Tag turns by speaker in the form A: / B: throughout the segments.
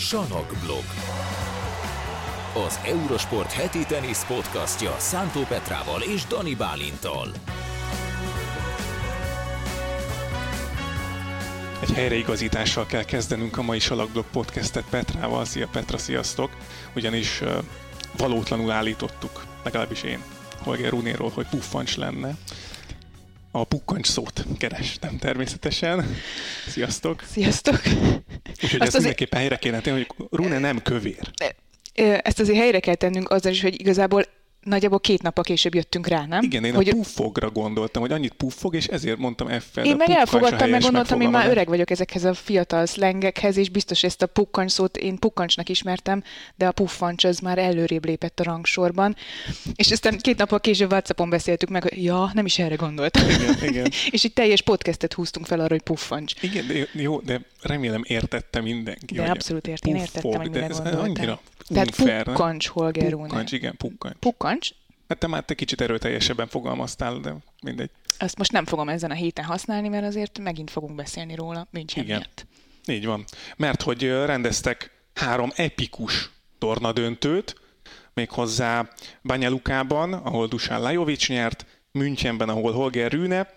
A: Salakblog. Az Eurosport heti tenisz podcastja Szántó Petrával és Dani Bálinttal.
B: Egy helyreigazítással kell kezdenünk a mai Salakblog podcastet Petrával. Szia Petra, sziasztok! Ugyanis valótlanul állítottuk, legalábbis én, Holger Runéról, hogy puffancs lenne. A pukkancs szót kerestem természetesen. Sziasztok!
C: Sziasztok!
B: Úgyhogy ezt mindenképpen helyre kéne tenni, hogy Rune nem kövér.
C: Ezt azért helyre kell tennünk azzal is, hogy igazából nagyjából 2 nappal később jöttünk rá, nem?
B: Igen, én a puffogra gondoltam, hogy annyit puffog, és ezért mondtam F-fel.
C: Én meg elfogadtam, meg gondoltam, én már öreg vagyok ezekhez a fiatal szlengekhez, és biztos ezt a pukkancs szót én pukkancsnak ismertem, de a puffancs az már előrébb lépett a rangsorban. És aztán 2 nappal később WhatsAppon beszéltük meg, hogy ja, nem is erre gondoltam.
B: Igen.
C: És itt teljes podcastet húztunk fel arra, hogy puffancs.
B: Igen, de remélem értette mindenki.
C: De abszolút én értettem, hogy mire gondoltál.
B: Tehát
C: pukkancs, Holger Rune.
B: Pukkancs, igen, pukkancs.
C: Pukkancs?
B: Hát te már kicsit erőteljesebben fogalmaztál, de mindegy.
C: Azt most nem fogom ezen a héten használni, mert azért megint fogunk beszélni róla München miatt.
B: Így van. Mert hogy rendeztek 3 epikus tornadöntőt, méghozzá Banja Lukában, ahol Dusan Lajovic nyert, Münchenben, ahol Holger Rune,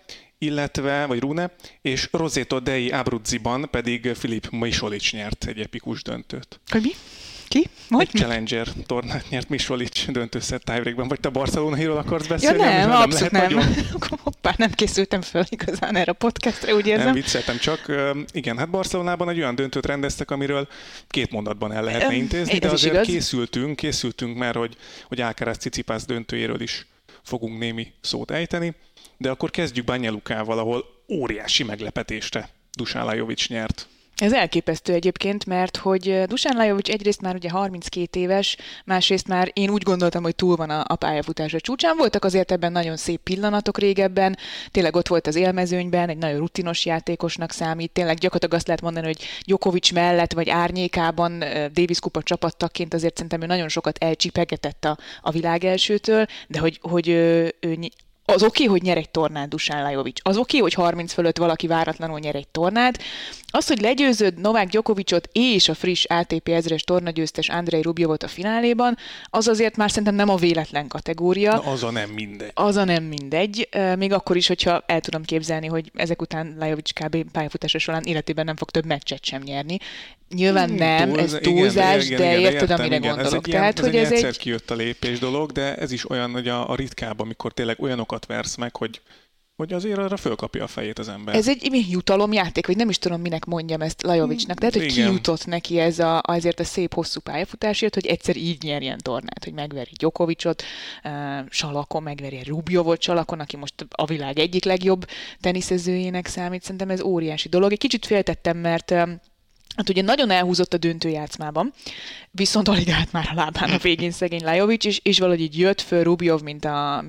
B: Rune, és Roseto dei Abruzziban pedig Filip Misolic nyert egy epikus döntőt.
C: Hogy mi? Ki?
B: Egy Challenger tornát nyert Misolic döntőszett tiebreakben. Vagy te Barcelonairól akarsz beszélni?
C: Ja nem, abszolút nem. Hoppá, nem készültem föl igazán erre a podcastre, úgy érzem.
B: Nem vicceltem, csak igen, hát Barcelonában egy olyan döntőt rendeztek, amiről 2 mondatban el lehetne intézni, de azért készültünk már, hogy Alcaraz-Tsitsipas döntőjéről is fogunk némi szót ejteni. De akkor kezdjük Banja Lukával, ahol óriási meglepetésre Dusan Lajovic nyert.
C: Ez elképesztő egyébként, mert hogy Dusan Lajovic egyrészt már ugye 32 éves, másrészt már én úgy gondoltam, hogy túl van a pályafutása csúcsán. Voltak azért ebben nagyon szép pillanatok régebben, tényleg ott volt az élmezőnyben, egy nagyon rutinos játékosnak számít, tényleg gyakorlatilag azt lehet mondani, hogy Djokovic mellett vagy árnyékában Davis Kupa csapattaként azért szerintem ő nagyon sokat elcsipegetett a világ elsőtől, de hogy ő az oké, hogy nyer egy tornát Dusan Lajovic. Az oké, hogy 30 fölött valaki váratlanul nyer egy tornát. Az, hogy legyőzöd Novák Djokovicot és a friss ATP 1000-es tornagyőztes Andrei Rubjovot a fináléban, az azért már szerintem nem a véletlen kategória.
B: Na, az a nem mindegy.
C: Még akkor is, hogyha el tudom képzelni, hogy ezek után Lajovic kb. Pályafutása során életében nem fog több meccset sem nyerni. Nyilván nem, ez túlzás, de érted, amire gondolok.
B: Ez egyszer kijött a lépés dolog, de ez is olyan, hogy a ritkább, amikor tényleg olyanokat versz meg, hogy azért arra fölkapja a fejét az ember.
C: Ez egy jutalomjáték, vagy nem is tudom, minek mondjam ezt Lajovicnak, de hogy kijutott neki ezért a szép hosszú pályafutásért, hogy egyszer így nyerjen tornát, hogy megveri Djokovicot, salakon, megveri Rubjovot salakon, aki most a világ egyik legjobb teniszezőjének számít. Szerintem ez óriási dolog. Egy kicsit féltettem, mert hát ugye nagyon elhúzott a döntőjátszmában, viszont alig állt már a lábán a végén szegény Lajovic, és valahogy így jött föl Rubjov, mint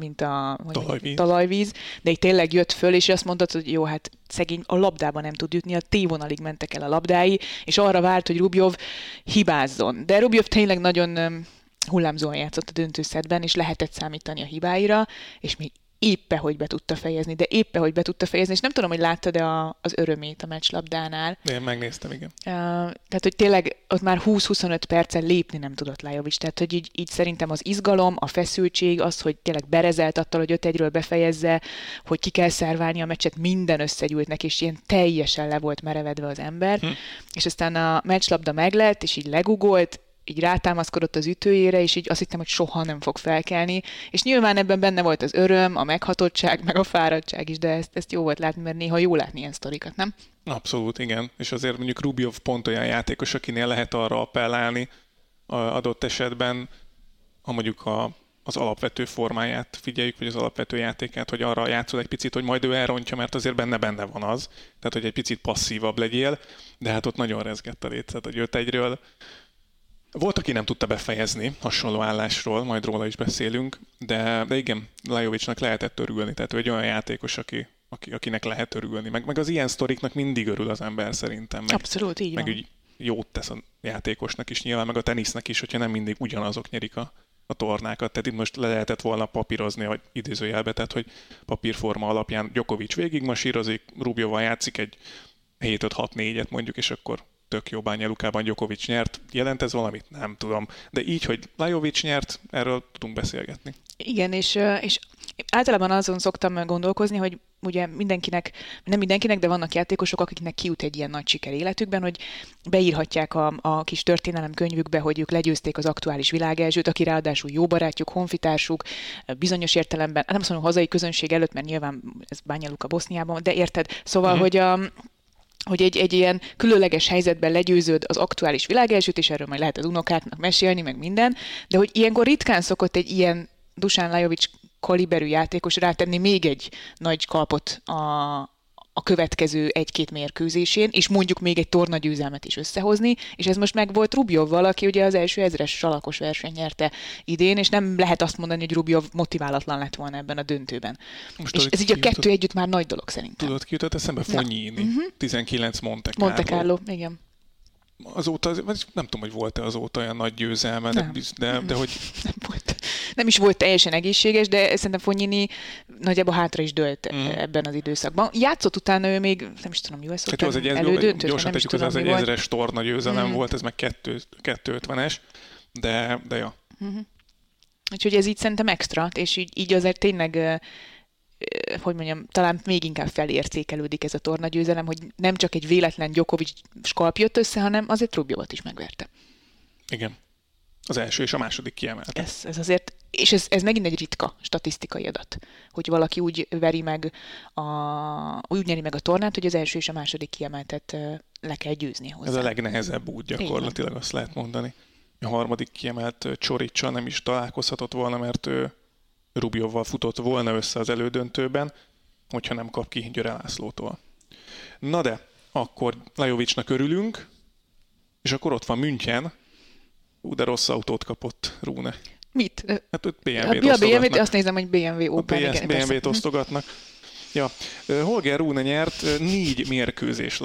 C: a talajvíz, de így tényleg jött föl, és azt mondtad, hogy jó, hát szegény a labdában nem tud jutni, a T-vonalig mentek el a labdái, és arra várt, hogy Rubjov hibázzon. De Rubjov tényleg nagyon hullámzóan játszott a döntőszetben, és lehetett számítani a hibáira, és még éppen, hogy be tudta fejezni, és nem tudom, hogy láttad-e az örömét a meccslabdánál.
B: Én megnéztem, igen.
C: Tehát, hogy tényleg ott már 20-25 perccel lépni nem tudott Lajovic, tehát, hogy így szerintem az izgalom, a feszültség, az, hogy tényleg berezelt attól, hogy 5-1-ről befejezze, hogy ki kell szerválni a meccset, minden összegyűlt neki, és ilyen teljesen le volt merevedve az ember, és aztán a meccslabda meglett, és így legugolt, így rátámaszkodott az ütőjére, és így azt hittem, hogy soha nem fog felkelni. És nyilván ebben benne volt az öröm, a meghatottság, meg a fáradtság is, de ezt jó volt látni, mert néha jó látni ilyen sztorikat, nem?
B: Abszolút, igen. És azért mondjuk Rubjov pont olyan játékos, akinél lehet arra appellálni adott esetben, ha mondjuk az alapvető formáját figyeljük, vagy az alapvető játékát, hogy arra játszol egy picit, hogy majd ő elrontja, mert azért benne van az. Tehát, hogy egy picit passzívabb legyél, de hát ott nagyon rezgett a létszet, hogy 5-1-ről. Volt, aki nem tudta befejezni hasonló állásról, majd róla is beszélünk, de igen, Lajovicnak lehetett örülni, tehát ő egy olyan játékos, akinek lehet örülni, meg az ilyen sztoriknak mindig örül az ember szerintem.
C: Abszolút, így van.
B: Meg úgy jót tesz a játékosnak is, nyilván meg a tenisznek is, hogyha nem mindig ugyanazok nyerik a tornákat, tehát itt most le lehetett volna papírozni, vagy idézőjelbe, tehát hogy papírforma alapján Djokovic végigmasírozik, Rubjovval játszik egy 7-5-6-4-et mondjuk, és akkor tök jó, Banja-Lukában Djokovic nyert. Jelent ez valamit? Nem tudom. De így, hogy Lajovic nyert, erről tudunk beszélgetni.
C: Igen, és általában azon szoktam gondolkozni, hogy ugye nem mindenkinek, de vannak játékosok, akiknek kijut egy ilyen nagy siker életükben, hogy beírhatják a kis történelemkönyvükbe, hogy ők legyőzték az aktuális világelsőt, aki ráadásul jó barátjuk, honfitársuk, bizonyos értelemben, nem azt mondom hazai közönség előtt, mert nyilván ez Banja-Luka Boszniában, de érted? Szóval, hogy egy ilyen különleges helyzetben legyőzöd az aktuális világelsőt, és erről majd lehet az unokáknak mesélni, meg minden, de hogy ilyenkor ritkán szokott egy ilyen Dusan Lajovic kaliberű játékos rátenni még egy nagy kalpot a következő 1-2 mérkőzésén, és mondjuk még egy tornagyőzelmet is összehozni, és ez most meg volt Rubjovval, aki ugye az első 1000-es salakos verseny nyerte idén, és nem lehet azt mondani, hogy Rubjov motiválatlan lett volna ebben a döntőben. Most és ez így a kettő együtt már nagy dolog szerintem.
B: Tudod, ki jutott eszembe? Fognini. 19 Monte Carlo.
C: Monte Carlo, igen.
B: Azóta, nem tudom, hogy volt-e azóta olyan nagy győzelme, de hogy...
C: Nem volt. Nem is volt teljesen egészséges, de szerintem Fognini nagyjából hátra is dőlt ebben az időszakban. Játszott utána ő még, nem is tudom, US Open elődöntőt.
B: Gyorsan tegyük, az egy 1000-es torna győzelem volt, ez meg 250-es, de ja.
C: Úgyhogy ez így szerintem extra, és így azért tényleg... hogy mondjam, talán még inkább felértékelődik ez a tornagyőzelem, hogy nem csak egy véletlen Djokovic skalp jött össze, hanem azért Rubjovot is megverte.
B: Igen. Az első és a második kiemelte.
C: Ez azért, és ez megint egy ritka statisztikai adat, hogy valaki úgy veri meg úgy nyeri meg a tornát, hogy az első és a második kiemeltet le kell győzni hozzá.
B: Ez a legnehezebb úgy gyakorlatilag, azt lehet mondani. A harmadik kiemelt Csoricsa nem is találkozhatott volna, mert ő Rubjovval futott volna össze az elődöntőben, hogyha nem kap ki Győre Lászlótól. Na de, akkor Lajovicnak örülünk, és akkor ott van München. De rossz autót kapott Rune.
C: Mit?
B: Hát ott BMW-t osztogatnak.
C: BMW-t, azt nézem, hogy BMW Open.
B: BMW-t osztogatnak. Ja. Holger Rune nyert 4 mérkőzés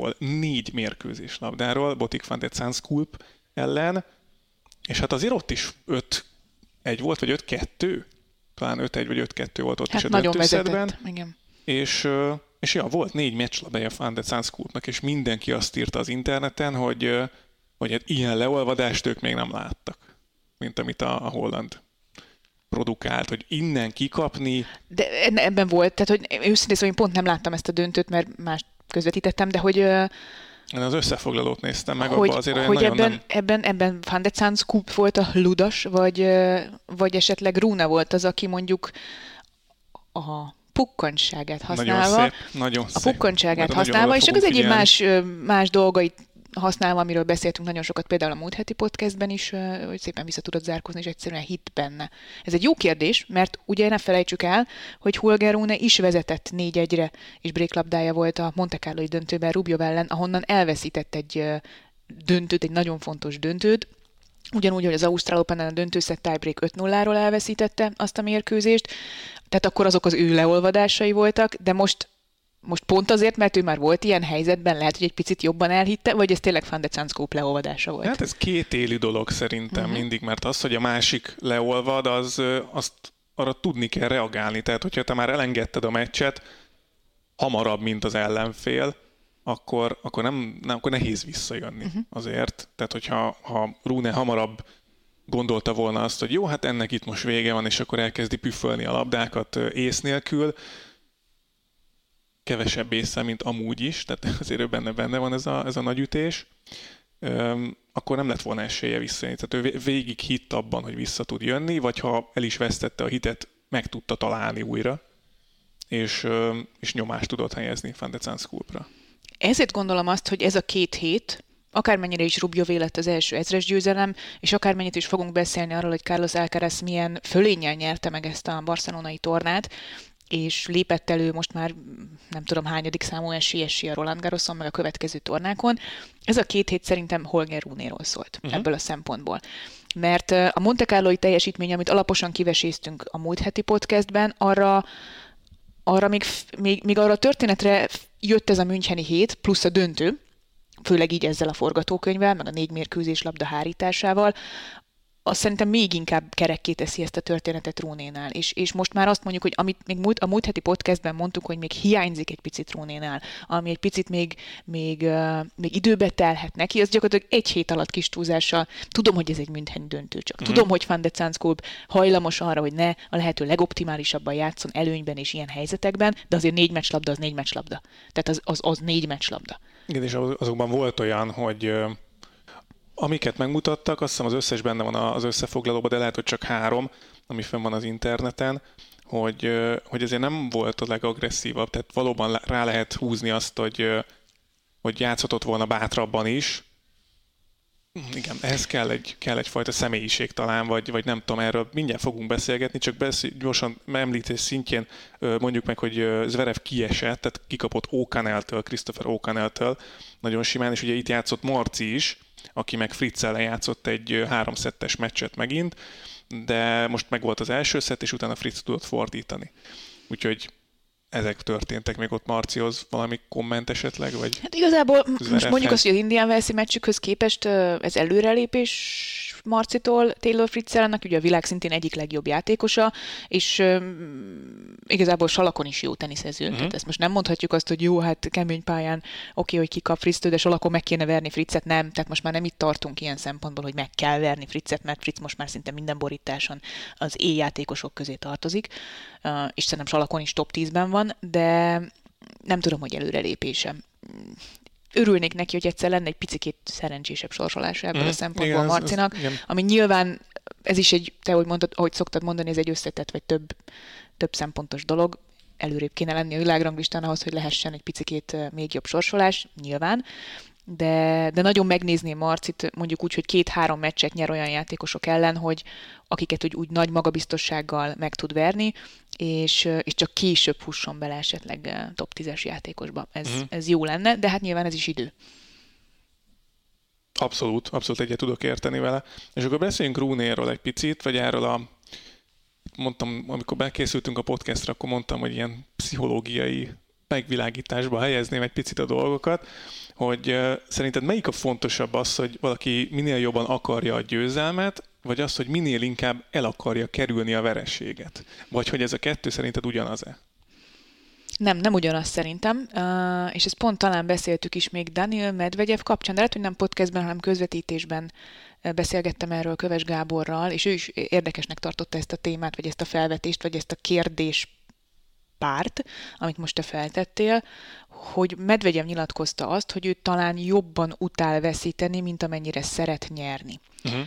B: labdáról Botic van de Zandschulp ellen, és hát azért ott is 5-1 volt, vagy 5-2? Talán 5-1 vagy 5-2 volt ott
C: hát
B: is a
C: nagyon
B: döntőszedben.
C: Igen.
B: És ja, volt 4 meccslabdája van de Zandschulpnak, és mindenki azt írta az interneten, hogy hát ilyen leolvadást ők még nem láttak, mint amit a holland produkált, hogy innen kikapni.
C: De ebben volt, tehát hogy őszintén szóval én pont nem láttam ezt a döntőt, mert más közvetítettem, de hogy...
B: Én az összefoglalót néztem meg, abban azért
C: hogy
B: nagyon
C: ebben Van de Zandschulp volt a ludas, vagy esetleg Rune volt az, aki mondjuk a pukkantságát használva,
B: nagyon szép.
C: A pukkantságát használva, és az egyéb más dolgait használva, amiről beszéltünk nagyon sokat, például a múlt heti podcastben is, hogy szépen vissza tudod zárkózni, és egyszerűen hitt benne. Ez egy jó kérdés, mert ugye ne felejtsük el, hogy Holger Rune is vezetett 4-1-re, és bréklabdája volt a Monte Carloi döntőben Rubjov ellen, ahonnan elveszített egy döntőt, egy nagyon fontos döntőt, ugyanúgy, hogy az Ausztrál Open-en a döntőszett tiebreak 5-0-ról elveszítette azt a mérkőzést, tehát akkor azok az ő leolvadásai voltak, de most pont azért, mert ő már volt ilyen helyzetben, lehet, hogy egy picit jobban elhitte, vagy ez tényleg Van de Zandschulp leolvadása volt?
B: Hát ez kétélű dolog szerintem mindig, mert az, hogy a másik leolvad, azt arra tudni kell reagálni. Tehát, hogyha te már elengedted a meccset hamarabb, mint az ellenfél, akkor nehéz visszajönni azért. Tehát, hogyha Rune hamarabb gondolta volna azt, hogy jó, hát ennek itt most vége van, és akkor elkezdi püfölni a labdákat ész nélkül, kevesebb észre, mint amúgy is, tehát azért benne van ez a nagy ütés, akkor nem lett volna esélye visszajönni. Tehát ő végig hitt abban, hogy vissza tud jönni, vagy ha el is vesztette a hitet, meg tudta találni újra, és nyomást tudott helyezni Van de Zandschulpra.
C: Ezért gondolom azt, hogy ez a 2 hét, akármennyire is Rubjové lett az első 1000-es győzelem, és akármennyit is fogunk beszélni arról, hogy Carlos Alcaraz milyen fölénnyel nyerte meg ezt a barcelonai tornát, és lépett elő most már nem tudom hányadik számú esélyessé a Roland Garroson, meg a következő tornákon. Ez a 2 hét szerintem Holger Runéról szólt ebből a szempontból. Mert a Monte Carloi teljesítmény, amit alaposan kiveséztünk a múlt heti podcastben, arra még arra a történetre jött ez a müncheni hét, plusz a döntő, főleg így ezzel a forgatókönyvvel, meg a 4 mérkőzés labda hárításával, azt szerintem még inkább kerekké teszi ezt a történetet Rónénál. És most már azt mondjuk, hogy amit még a múlt heti podcastben mondtuk, hogy még hiányzik egy picit Rónénál, ami egy picit még időbe telhet neki, az gyakorlatilag egy hét alatt kis túlzással. Tudom, hogy ez egy München döntő csak. Tudom, hogy Van de Zandschulp hajlamos arra, hogy ne a lehető legoptimálisabban játszon előnyben és ilyen helyzetekben, de azért 4 meccslabda az 4 meccslabda. Tehát az 4 meccslabda.
B: Igen, és azokban volt olyan, hogy amiket megmutattak, azt hiszem az összes benne van az összefoglalóban, de lehet, hogy csak 3, ami fenn van az interneten, hogy ezért nem volt a legagresszívabb, tehát valóban rá lehet húzni azt, hogy játszhatott volna bátrabban is. Igen, ehhez kell egyfajta személyiség talán, vagy nem tudom, erről mindjárt fogunk beszélgetni, csak gyorsan említés szintjén mondjuk meg, hogy Zverev kiesett, tehát kikapott O'Connelltől, Christopher O'Connelltől nagyon simán, és ugye itt játszott Marci is, aki meg Fritz-el játszott egy 3-szettes meccset megint, de most meg volt az első szett, és utána Fritz tudott fordítani. Úgyhogy ezek történtek még ott Marcihoz, valami komment esetleg? Vagy
C: hát igazából most mondjuk azt, hogy az Indian Wells-i meccsükhöz képest ez előrelépés Marcitól Taylor Fritz-elnek, ugye a világ szintén egyik legjobb játékosa, és igazából salakon is jó teniszező. Tehát ezt most nem mondhatjuk azt, hogy jó, hát kemény pályán oké, hogy kikap Fritztől, de salakon meg kéne verni Fritzet, nem. Tehát most már nem itt tartunk ilyen szempontból, hogy meg kell verni Fritzet, mert Fritz most már szinte minden borításon az játékosok közé tartozik, és szerintem salakon is top 10-ben van, de nem tudom, hogy előrelépésem. Örülnék neki, hogy egyszer lenne egy picikét szerencsésebb sorsolása ebből a szempontból Marcinak, ami nyilván, ez is egy, te ahogy szoktad mondani, ez egy összetett vagy több szempontos dolog. Előrébb kéne lenni a világranglistán ahhoz, hogy lehessen egy picikét még jobb sorsolás, nyilván. De nagyon megnézném Marcit mondjuk úgy, hogy 2-3 meccset nyer olyan játékosok ellen, hogy akiket úgy nagy magabiztossággal meg tud verni, és csak később fusson bele esetleg top 10-es játékosba. Ez jó lenne, de hát nyilván ez is idő.
B: Abszolút egyet tudok érteni vele. És akkor beszéljünk Rónéról egy picit, vagy erről mondtam, amikor bekészültünk a podcastra, akkor mondtam, hogy ilyen pszichológiai megvilágításba helyezném egy picit a dolgokat, hogy szerinted melyik a fontosabb az, hogy valaki minél jobban akarja a győzelmet, vagy az, hogy minél inkább el akarja kerülni a vereséget? Vagy hogy ez a kettő szerinted ugyanaz-e?
C: Nem ugyanaz szerintem, és ezt pont talán beszéltük is még Daniil Medvegyev kapcsán, de lehet, hogy nem podcastben, hanem közvetítésben beszélgettem erről Köves Gáborral, és ő is érdekesnek tartotta ezt a témát, vagy ezt a felvetést, vagy ezt a kérdés párt, amit most te feltettél, hogy Medvegyev nyilatkozta azt, hogy ő talán jobban utál veszíteni, mint amennyire szeret nyerni.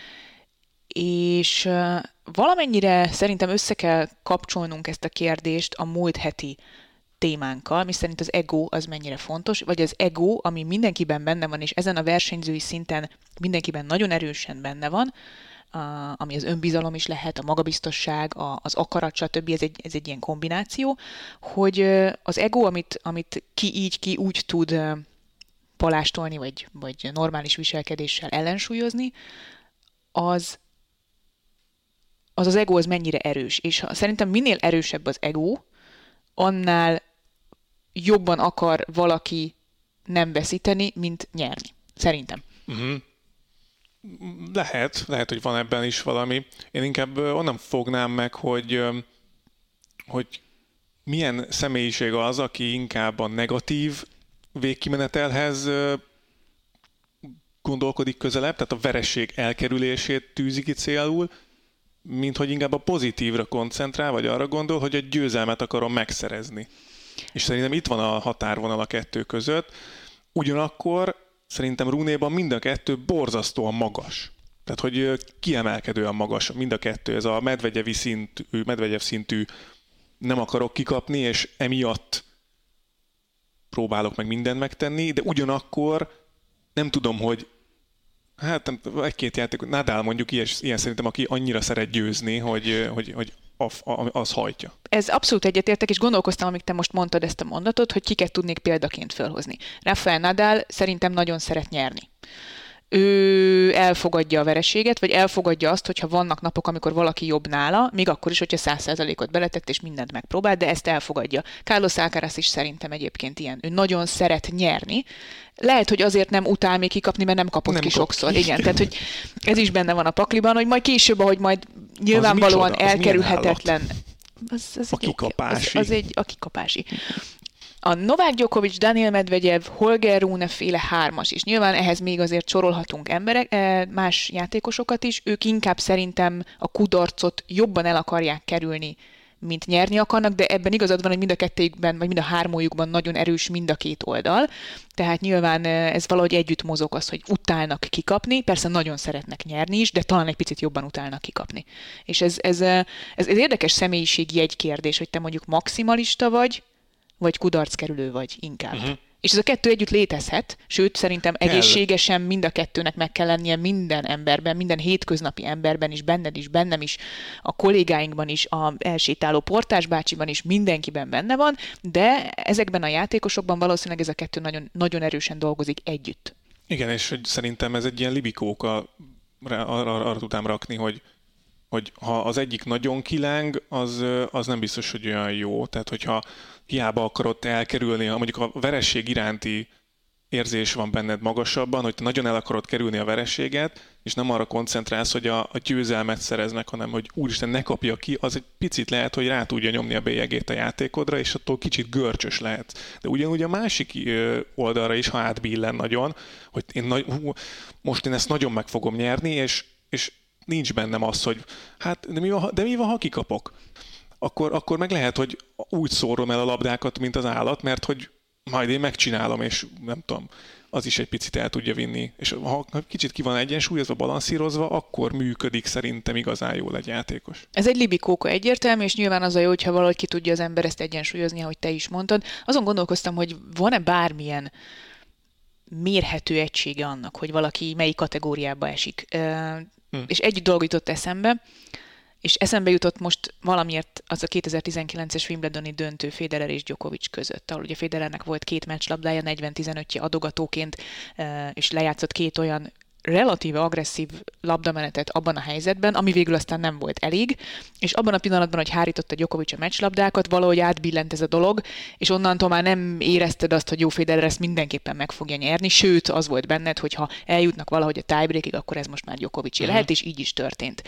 C: És valamennyire szerintem össze kell kapcsolnunk ezt a kérdést a múlt heti témánkkal, miszerint az ego az mennyire fontos, vagy az ego, ami mindenkiben benne van, és ezen a versenyzői szinten mindenkiben nagyon erősen benne van, ami az önbizalom is lehet, a magabiztosság, az akarat, stb. Ez egy ilyen kombináció, hogy az ego, amit ki úgy tud palástolni, vagy normális viselkedéssel ellensúlyozni, az ego az mennyire erős. És szerintem minél erősebb az ego, annál jobban akar valaki nem veszíteni, mint nyerni. Szerintem.
B: Lehet, hogy van ebben is valami. Én inkább onnan fognám meg, hogy milyen személyiség az, aki inkább a negatív végkimenetelhez gondolkodik közelebb, tehát a vereség elkerülését tűzi ki célul, mint hogy inkább a pozitívra koncentrál, vagy arra gondol, hogy a győzelmet akarom megszerezni. És szerintem itt van a határvonal a kettő között. Ugyanakkor szerintem Rónéban mind a kettő borzasztóan magas. Tehát, hogy kiemelkedően magas mind a kettő. Ez a Medvegyev szintű nem akarok kikapni, és emiatt próbálok meg mindent megtenni, de ugyanakkor nem tudom, hogy hát egy-két játék, Nadal mondjuk ilyen szerintem, aki annyira szeret győzni, hogy az hajtja.
C: Ez abszolút egyetértek, és gondolkoztam, amíg te most mondtad ezt a mondatot, hogy kiket tudnék példaként felhozni. Rafael Nadal szerintem nagyon szeret nyerni. ő elfogadja a vereséget, vagy elfogadja azt, hogyha vannak napok, amikor valaki jobb nála, még akkor is, hogyha 100%-ot beletett, és mindent megpróbál, de ezt elfogadja. Carlos Alcaraz is szerintem egyébként ilyen. Ő nagyon szeret nyerni. Lehet, hogy azért nem utál még kikapni, mert nem kapott ki sokszor. Igen, tehát hogy ez is benne van a pakliban, hogy majd később, ahogy majd nyilvánvalóan elkerülhetetlen.
B: A kikapási.
C: Az egy a kikapási. A Novák Djokovic, Daniil Medvegyev, Holger Rune féle 3-as is. Nyilván ehhez még azért sorolhatunk más játékosokat is. Ők inkább szerintem a kudarcot jobban el akarják kerülni, mint nyerni akarnak, de ebben igazad van, hogy mind a kettőjükben, vagy mind a hármójukban nagyon erős mind a két oldal. Tehát nyilván ez valahogy együtt mozog az, hogy utálnak kikapni, persze nagyon szeretnek nyerni is, de talán egy picit jobban utálnak kikapni. És ez érdekes személyiségi egy kérdés, hogy te mondjuk maximalista vagy kudarckerülő vagy inkább. Uh-huh. És ez a kettő együtt létezhet, sőt, szerintem egészségesen mind a kettőnek meg kell lennie minden emberben, minden hétköznapi emberben is, benned is, bennem is, a kollégáinkban is, a elsétáló portás bácsiban is, mindenkiben benne van, de ezekben a játékosokban valószínűleg ez a kettő nagyon, nagyon erősen dolgozik együtt.
B: Igen, és hogy szerintem ez egy ilyen libikóka, arra tudám rakni, hogy ha az egyik nagyon kileng, az nem biztos, hogy olyan jó. Tehát, hogyha hiába akarod elkerülni, ha mondjuk a vereség iránti érzés van benned magasabban, hogy te nagyon el akarod kerülni a vereséget, és nem arra koncentrálsz, hogy a győzelmet szerez meg, hanem hogy úristen, ne kapja ki, az egy picit lehet, hogy rá tudja nyomni a bélyegét a játékodra, és attól kicsit görcsös lehet. De ugyanúgy a másik oldalra is, ha átbillen nagyon, hogy most én ezt nagyon meg fogom nyerni, és nincs bennem az, hogy hát de mi van, ha kikapok? Akkor meg lehet, hogy úgy szórom el a labdákat, mint az állat, mert hogy majd én megcsinálom, és nem tudom, az is egy picit el tudja vinni. És ha kicsit ki van egyensúlyozva, balanszírozva, akkor működik szerintem igazán jól egy játékos.
C: Ez egy libikóka egyértelmű, és nyilván az a jó, hogyha valahogy ki tudja az ember ezt egyensúlyozni, ahogy te is mondtad. Azon gondolkoztam, hogy van-e bármilyen mérhető egysége annak, hogy valaki melyik kategóriába esik. És egy dolog jutott eszembe, és eszembe jutott most valamiért az a 2019-es Wimbledoni döntő Federer és Djokovic között, ahol ugye Federernek volt 2 meccslabdája, 40-15-je adogatóként, és lejátszott 2 olyan relatíve agresszív labdamenetet abban a helyzetben, ami végül aztán nem volt elég, és abban a pillanatban, hogy hárította Djokovic a meccslabdákat, valahogy átbillent ez a dolog, és onnantól már nem érezted azt, hogy jó, Federer ezt mindenképpen meg fogja nyerni, sőt, az volt benned, hogy ha eljutnak valahogy a tiebreakig, akkor ez most már Djokovicé lehet, és így is történt.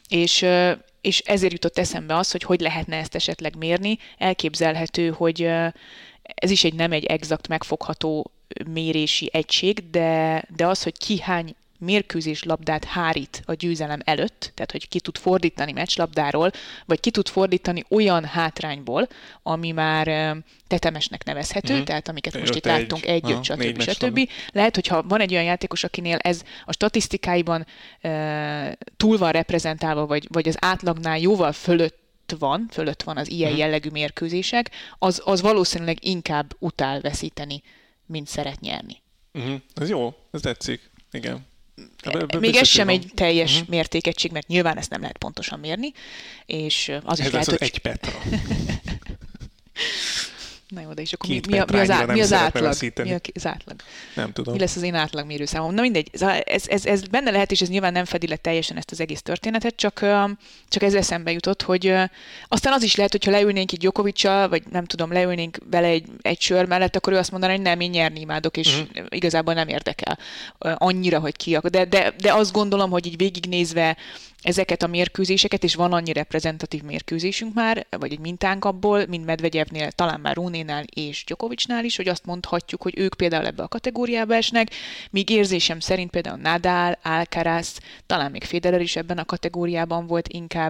C: És ezért jutott eszembe az, hogy lehetne ezt esetleg mérni. Elképzelhető, hogy ez is nem egy exakt megfogható mérési egység, de az, hogy ki hány mérkőzés labdát hárít a győzelem előtt, tehát hogy ki tud fordítani meccslabdáról, vagy ki tud fordítani olyan hátrányból, ami már tetemesnek nevezhető, tehát amiket most itt láttunk, 1-5, stb. Lehet, hogyha van egy olyan játékos, akinél ez a statisztikáiban túl van reprezentálva, vagy az átlagnál jóval fölött van az ilyen jellegű mérkőzések, az valószínűleg inkább utál veszíteni, mint szeret nyerni.
B: Ez jó, ez tetszik, igen.
C: Még ez sem egy teljes mértékegység, mert nyilván ezt nem lehet pontosan mérni, és az is lehet,
B: hogy... egy Petra.
C: Na jó, de és akkor mi az átlag? Mi az átlag?
B: Nem tudom.
C: Mi lesz az én átlagmérőszámom? Na mindegy, ez benne lehet, és ez nyilván nem fedi le teljesen ezt az egész történetet, csak ez eszembe jutott, hogy aztán az is lehet, hogyha leülnénk itt Djokoviccal, vagy nem tudom, leülnénk vele egy sör mellett, akkor ő azt mondaná, hogy nem, én nyerni imádok, és igazából nem érdekel annyira, hogy ki akar. De azt gondolom, hogy így végignézve ezeket a mérkőzéseket, és van annyi reprezentatív mérkőzésünk már, vagy egy mintánk abból, mint Medvegyevnél, talán már Runénál és Djokovicnál is, hogy azt mondhatjuk, hogy ők például ebbe a kategóriába esnek, míg érzésem szerint például Nadal, Alcaraz, talán még Federer is ebben a kategóriában volt,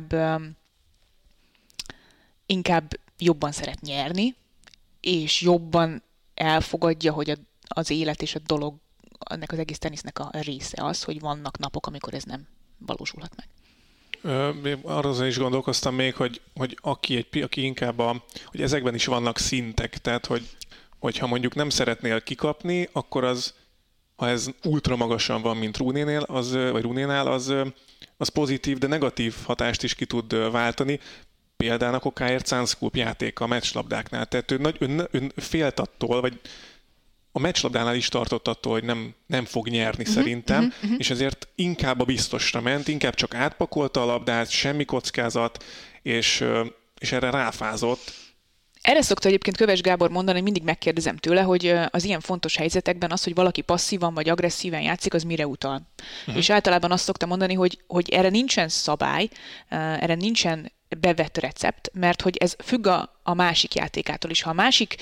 C: inkább jobban szeret nyerni, és jobban elfogadja, hogy az élet és a dolog, ennek az egész tenisznek a része az, hogy vannak napok, amikor ez nem valósulhat meg.
B: Arra is gondolkoztam még, hogy aki inkább hogy ezekben is vannak szintek, tehát hogyha mondjuk nem szeretnél kikapni, akkor ha ez ultra magasan van, mint Runénél, vagy Runénál, az pozitív, de negatív hatást is ki tud váltani. Például a Kyle Sandskulp játéka a meccslabdáknál. Tehát ő félt attól, vagy a meccslabdánál is tartott attól, hogy nem fog nyerni szerintem, és ezért inkább a biztosra ment, inkább csak átpakolta a labdát, semmi kockázat, és erre ráfázott.
C: Erre szokta egyébként Köves Gábor mondani, hogy mindig megkérdezem tőle, hogy az ilyen fontos helyzetekben az, hogy valaki passzívan vagy agresszíven játszik, az mire utal. És általában azt szokta mondani, hogy erre nincsen szabály, erre nincsen bevett recept, mert hogy ez függ a másik játékától is.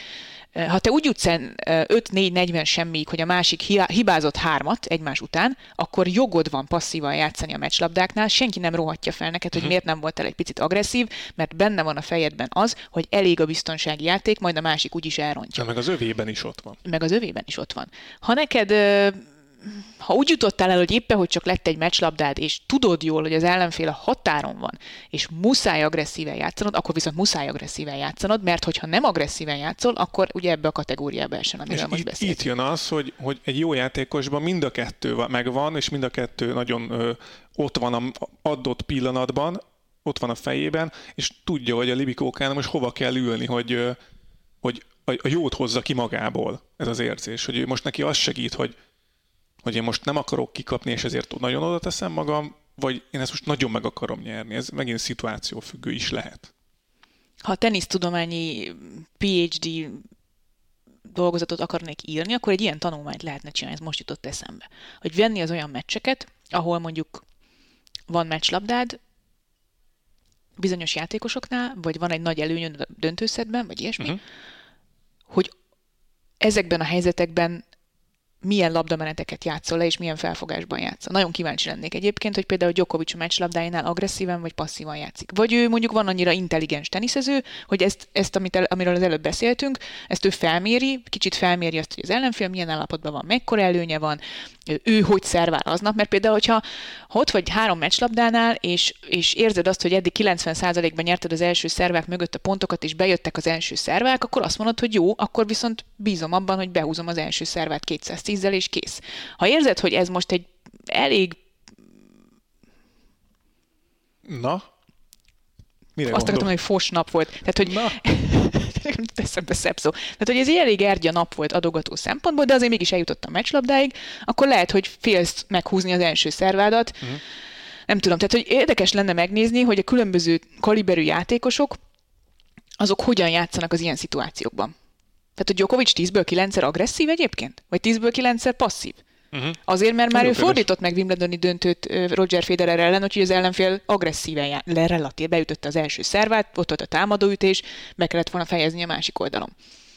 C: Ha te úgy jutsz 5-4-40 semmig, hogy a másik hibázott 3-at egymás után, akkor jogod van passzívan játszani a meccslabdáknál, senki nem rohatja fel neked, hogy miért nem voltál egy picit agresszív, mert benne van a fejedben az, hogy elég a biztonsági játék, majd a másik úgyis elrontja.
B: Meg az övében is ott van. Ha neked... Ha úgy jutottál el, hogy éppen, hogy csak lett egy meccslabdád, és tudod jól, hogy az ellenfél a határon van, és muszáj agresszíven játszanod, akkor viszont muszáj agresszíven játszanod, mert hogyha nem agresszíven játszol, akkor ugye ebbe a kategóriába esen, amiről most beszélünk. Itt jön az, hogy egy jó játékosban mind a kettő megvan, és mind a kettő nagyon ott van az adott pillanatban, ott van a fejében, és tudja, hogy a libikókán most hova kell ülni, hogy a jót hozza ki magából, ez az érzés, hogy most neki az segít, hogy én most nem akarok kikapni, és ezért nagyon oda teszem magam, vagy én ezt most nagyon meg akarom nyerni. Ez megint szituációfüggő is lehet.
C: Ha tenisztudományi PhD dolgozatot akarnék írni, akkor egy ilyen tanulmányt lehetne csinálni, ez most jutott eszembe. Hogy venni az olyan meccseket, ahol mondjuk van meccslabdád, bizonyos játékosoknál, vagy van egy nagy előnyöd a döntőszedben, vagy ilyesmi, hogy ezekben a helyzetekben milyen labdameneteket játszol le, és milyen felfogásban játszol. Nagyon kíváncsi lennék egyébként, hogy például Djokovic a meccslabdáinál agresszíven vagy passzívan játszik. Vagy ő mondjuk van annyira intelligens teniszező, hogy ezt amiről az előbb beszéltünk, ezt ő felméri, kicsit felméri azt, hogy az ellenfél milyen állapotban van, mekkora előnye van, ő hogy szervál aznap, mert például, hogyha ott vagy 3 meccslabdánál, és érzed azt, hogy eddig 90%-ban nyerted az első szervák mögött a pontokat, és bejöttek az első szervák, akkor azt mondod, hogy jó, akkor viszont bízom abban, hogy behúzom az első szervát 210-zel, és kész. Ha érzed, hogy ez most egy elég...
B: Na? Mire
C: azt akartam, hogy fos nap volt. Tehát, hogy... Eszembe szebb szó. Tehát, hogy ez egy elég ergya nap volt adogató szempontból, de azért mégis eljutottam a meccslabdáig, akkor lehet, hogy félsz meghúzni az első szervádat. Nem tudom, tehát, hogy érdekes lenne megnézni, hogy a különböző kaliberű játékosok, azok hogyan játszanak az ilyen szituációkban. Tehát, hogy Djokovic 10-ből 9-szer agresszív egyébként? Vagy 10-ből 9-szer passzív? Azért, mert már ő fordított meg Wimbledoni döntőt Roger Federer ellen, úgyhogy az ellenfél agresszíven relatív beütötte az első szervát, ott volt a támadóütés, be kellett volna fejezni a másik oldalon.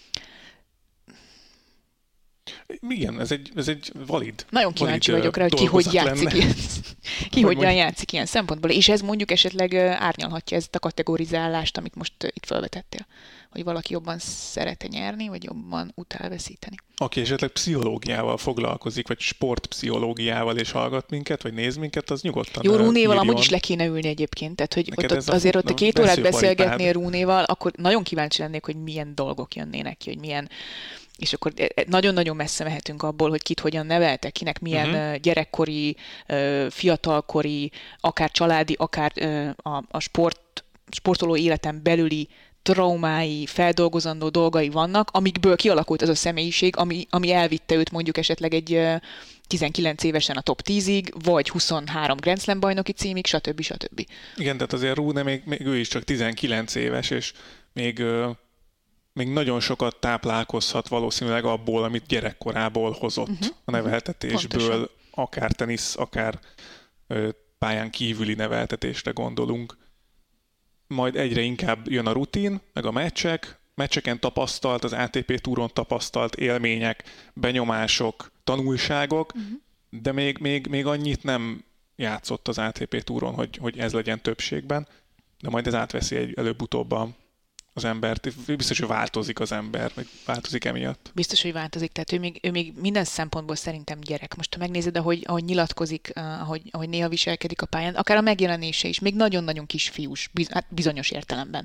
B: Igen, ez egy valid.
C: Nagyon kíváncsi vagyok rá, hogy ki hogy játszik ilyen. Hogyan játszik ilyen szempontból. És ez mondjuk esetleg árnyalhatja ezt a kategorizálást, amit most itt felvetettél. Hogy valaki jobban szeret nyerni, vagy jobban utál veszíteni.
B: Aki esetleg pszichológiával foglalkozik, vagy sportpszichológiával és hallgat minket, vagy néz minket, az nyugodtan
C: jó, Rúnéval amúgy is le kéne ülni egyébként. Tehát, hogy azért ott 2 órát beszélgetnél Rúnéval, akkor nagyon kíváncsi lennék, hogy milyen dolgok jönnének ki, hogy milyen... És akkor nagyon-nagyon messze mehetünk abból, hogy kit hogyan neveltek, kinek milyen gyerekkori, fiatalkori, akár családi, akár a sportoló életen belüli traumái, feldolgozandó dolgai vannak, amikből kialakult az a személyiség, ami elvitte őt mondjuk esetleg egy 19 évesen a top 10-ig, vagy 23 Grand Slam bajnoki címig, stb.
B: Igen, tehát azért Rune még ő is csak 19 éves, és még nagyon sokat táplálkozhat valószínűleg abból, amit gyerekkorából hozott a neveltetésből, pontosan. Akár tenisz, akár pályán kívüli neveltetésre gondolunk. Majd egyre inkább jön a rutin, meg a meccseken tapasztalt, az ATP túron tapasztalt élmények, benyomások, tanulságok, de még annyit nem játszott az ATP túron, hogy ez legyen többségben, de majd ez átveszi előbb-utóbb az embert. Biztos, hogy változik az ember, meg változik emiatt.
C: Biztos, hogy változik, tehát ő még minden szempontból szerintem gyerek. Most ha megnézed, ahogy nyilatkozik, ahogy néha viselkedik a pályán, akár a megjelenése is, még nagyon-nagyon kisfiús, bizonyos értelemben.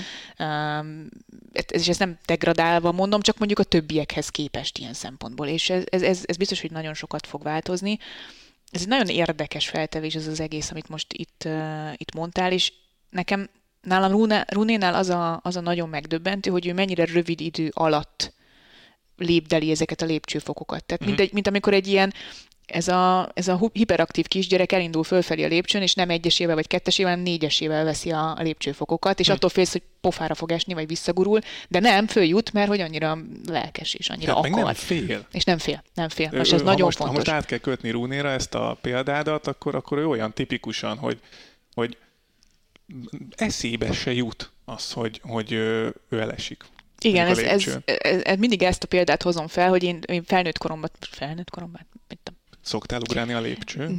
C: És ezt nem degradálva mondom, csak mondjuk a többiekhez képest ilyen szempontból. És ez biztos, hogy nagyon sokat fog változni. Ez egy nagyon érdekes feltevés ez az egész, amit most itt mondtál, és nálam Runénál az a nagyon megdöbbentő, hogy ő mennyire rövid idő alatt lépdeli ezeket a lépcsőfokokat. Tehát mint amikor egy ilyen ez a hiperaktív kisgyerek elindul fölfelé a lépcsőn, és nem egyesével vagy kettesével, hanem négyesével veszi a lépcsőfokokat, és attól félsz, hogy pofára fog esni, vagy visszagurul, de nem, följut, mert hogy annyira lelkes és annyira akar.
B: Meg nem fél.
C: És nem fél. Most ez nagyon fontos.
B: Ha most át kell kötni Rooneyra ezt a példádat, akkor ő olyan tipikusan, hogy eszébe se jut az, hogy ő elesik.
C: Igen, ez mindig ezt a példát hozom fel, hogy én felnőtt koromban,
B: szoktál ugrálni a lépcsőn?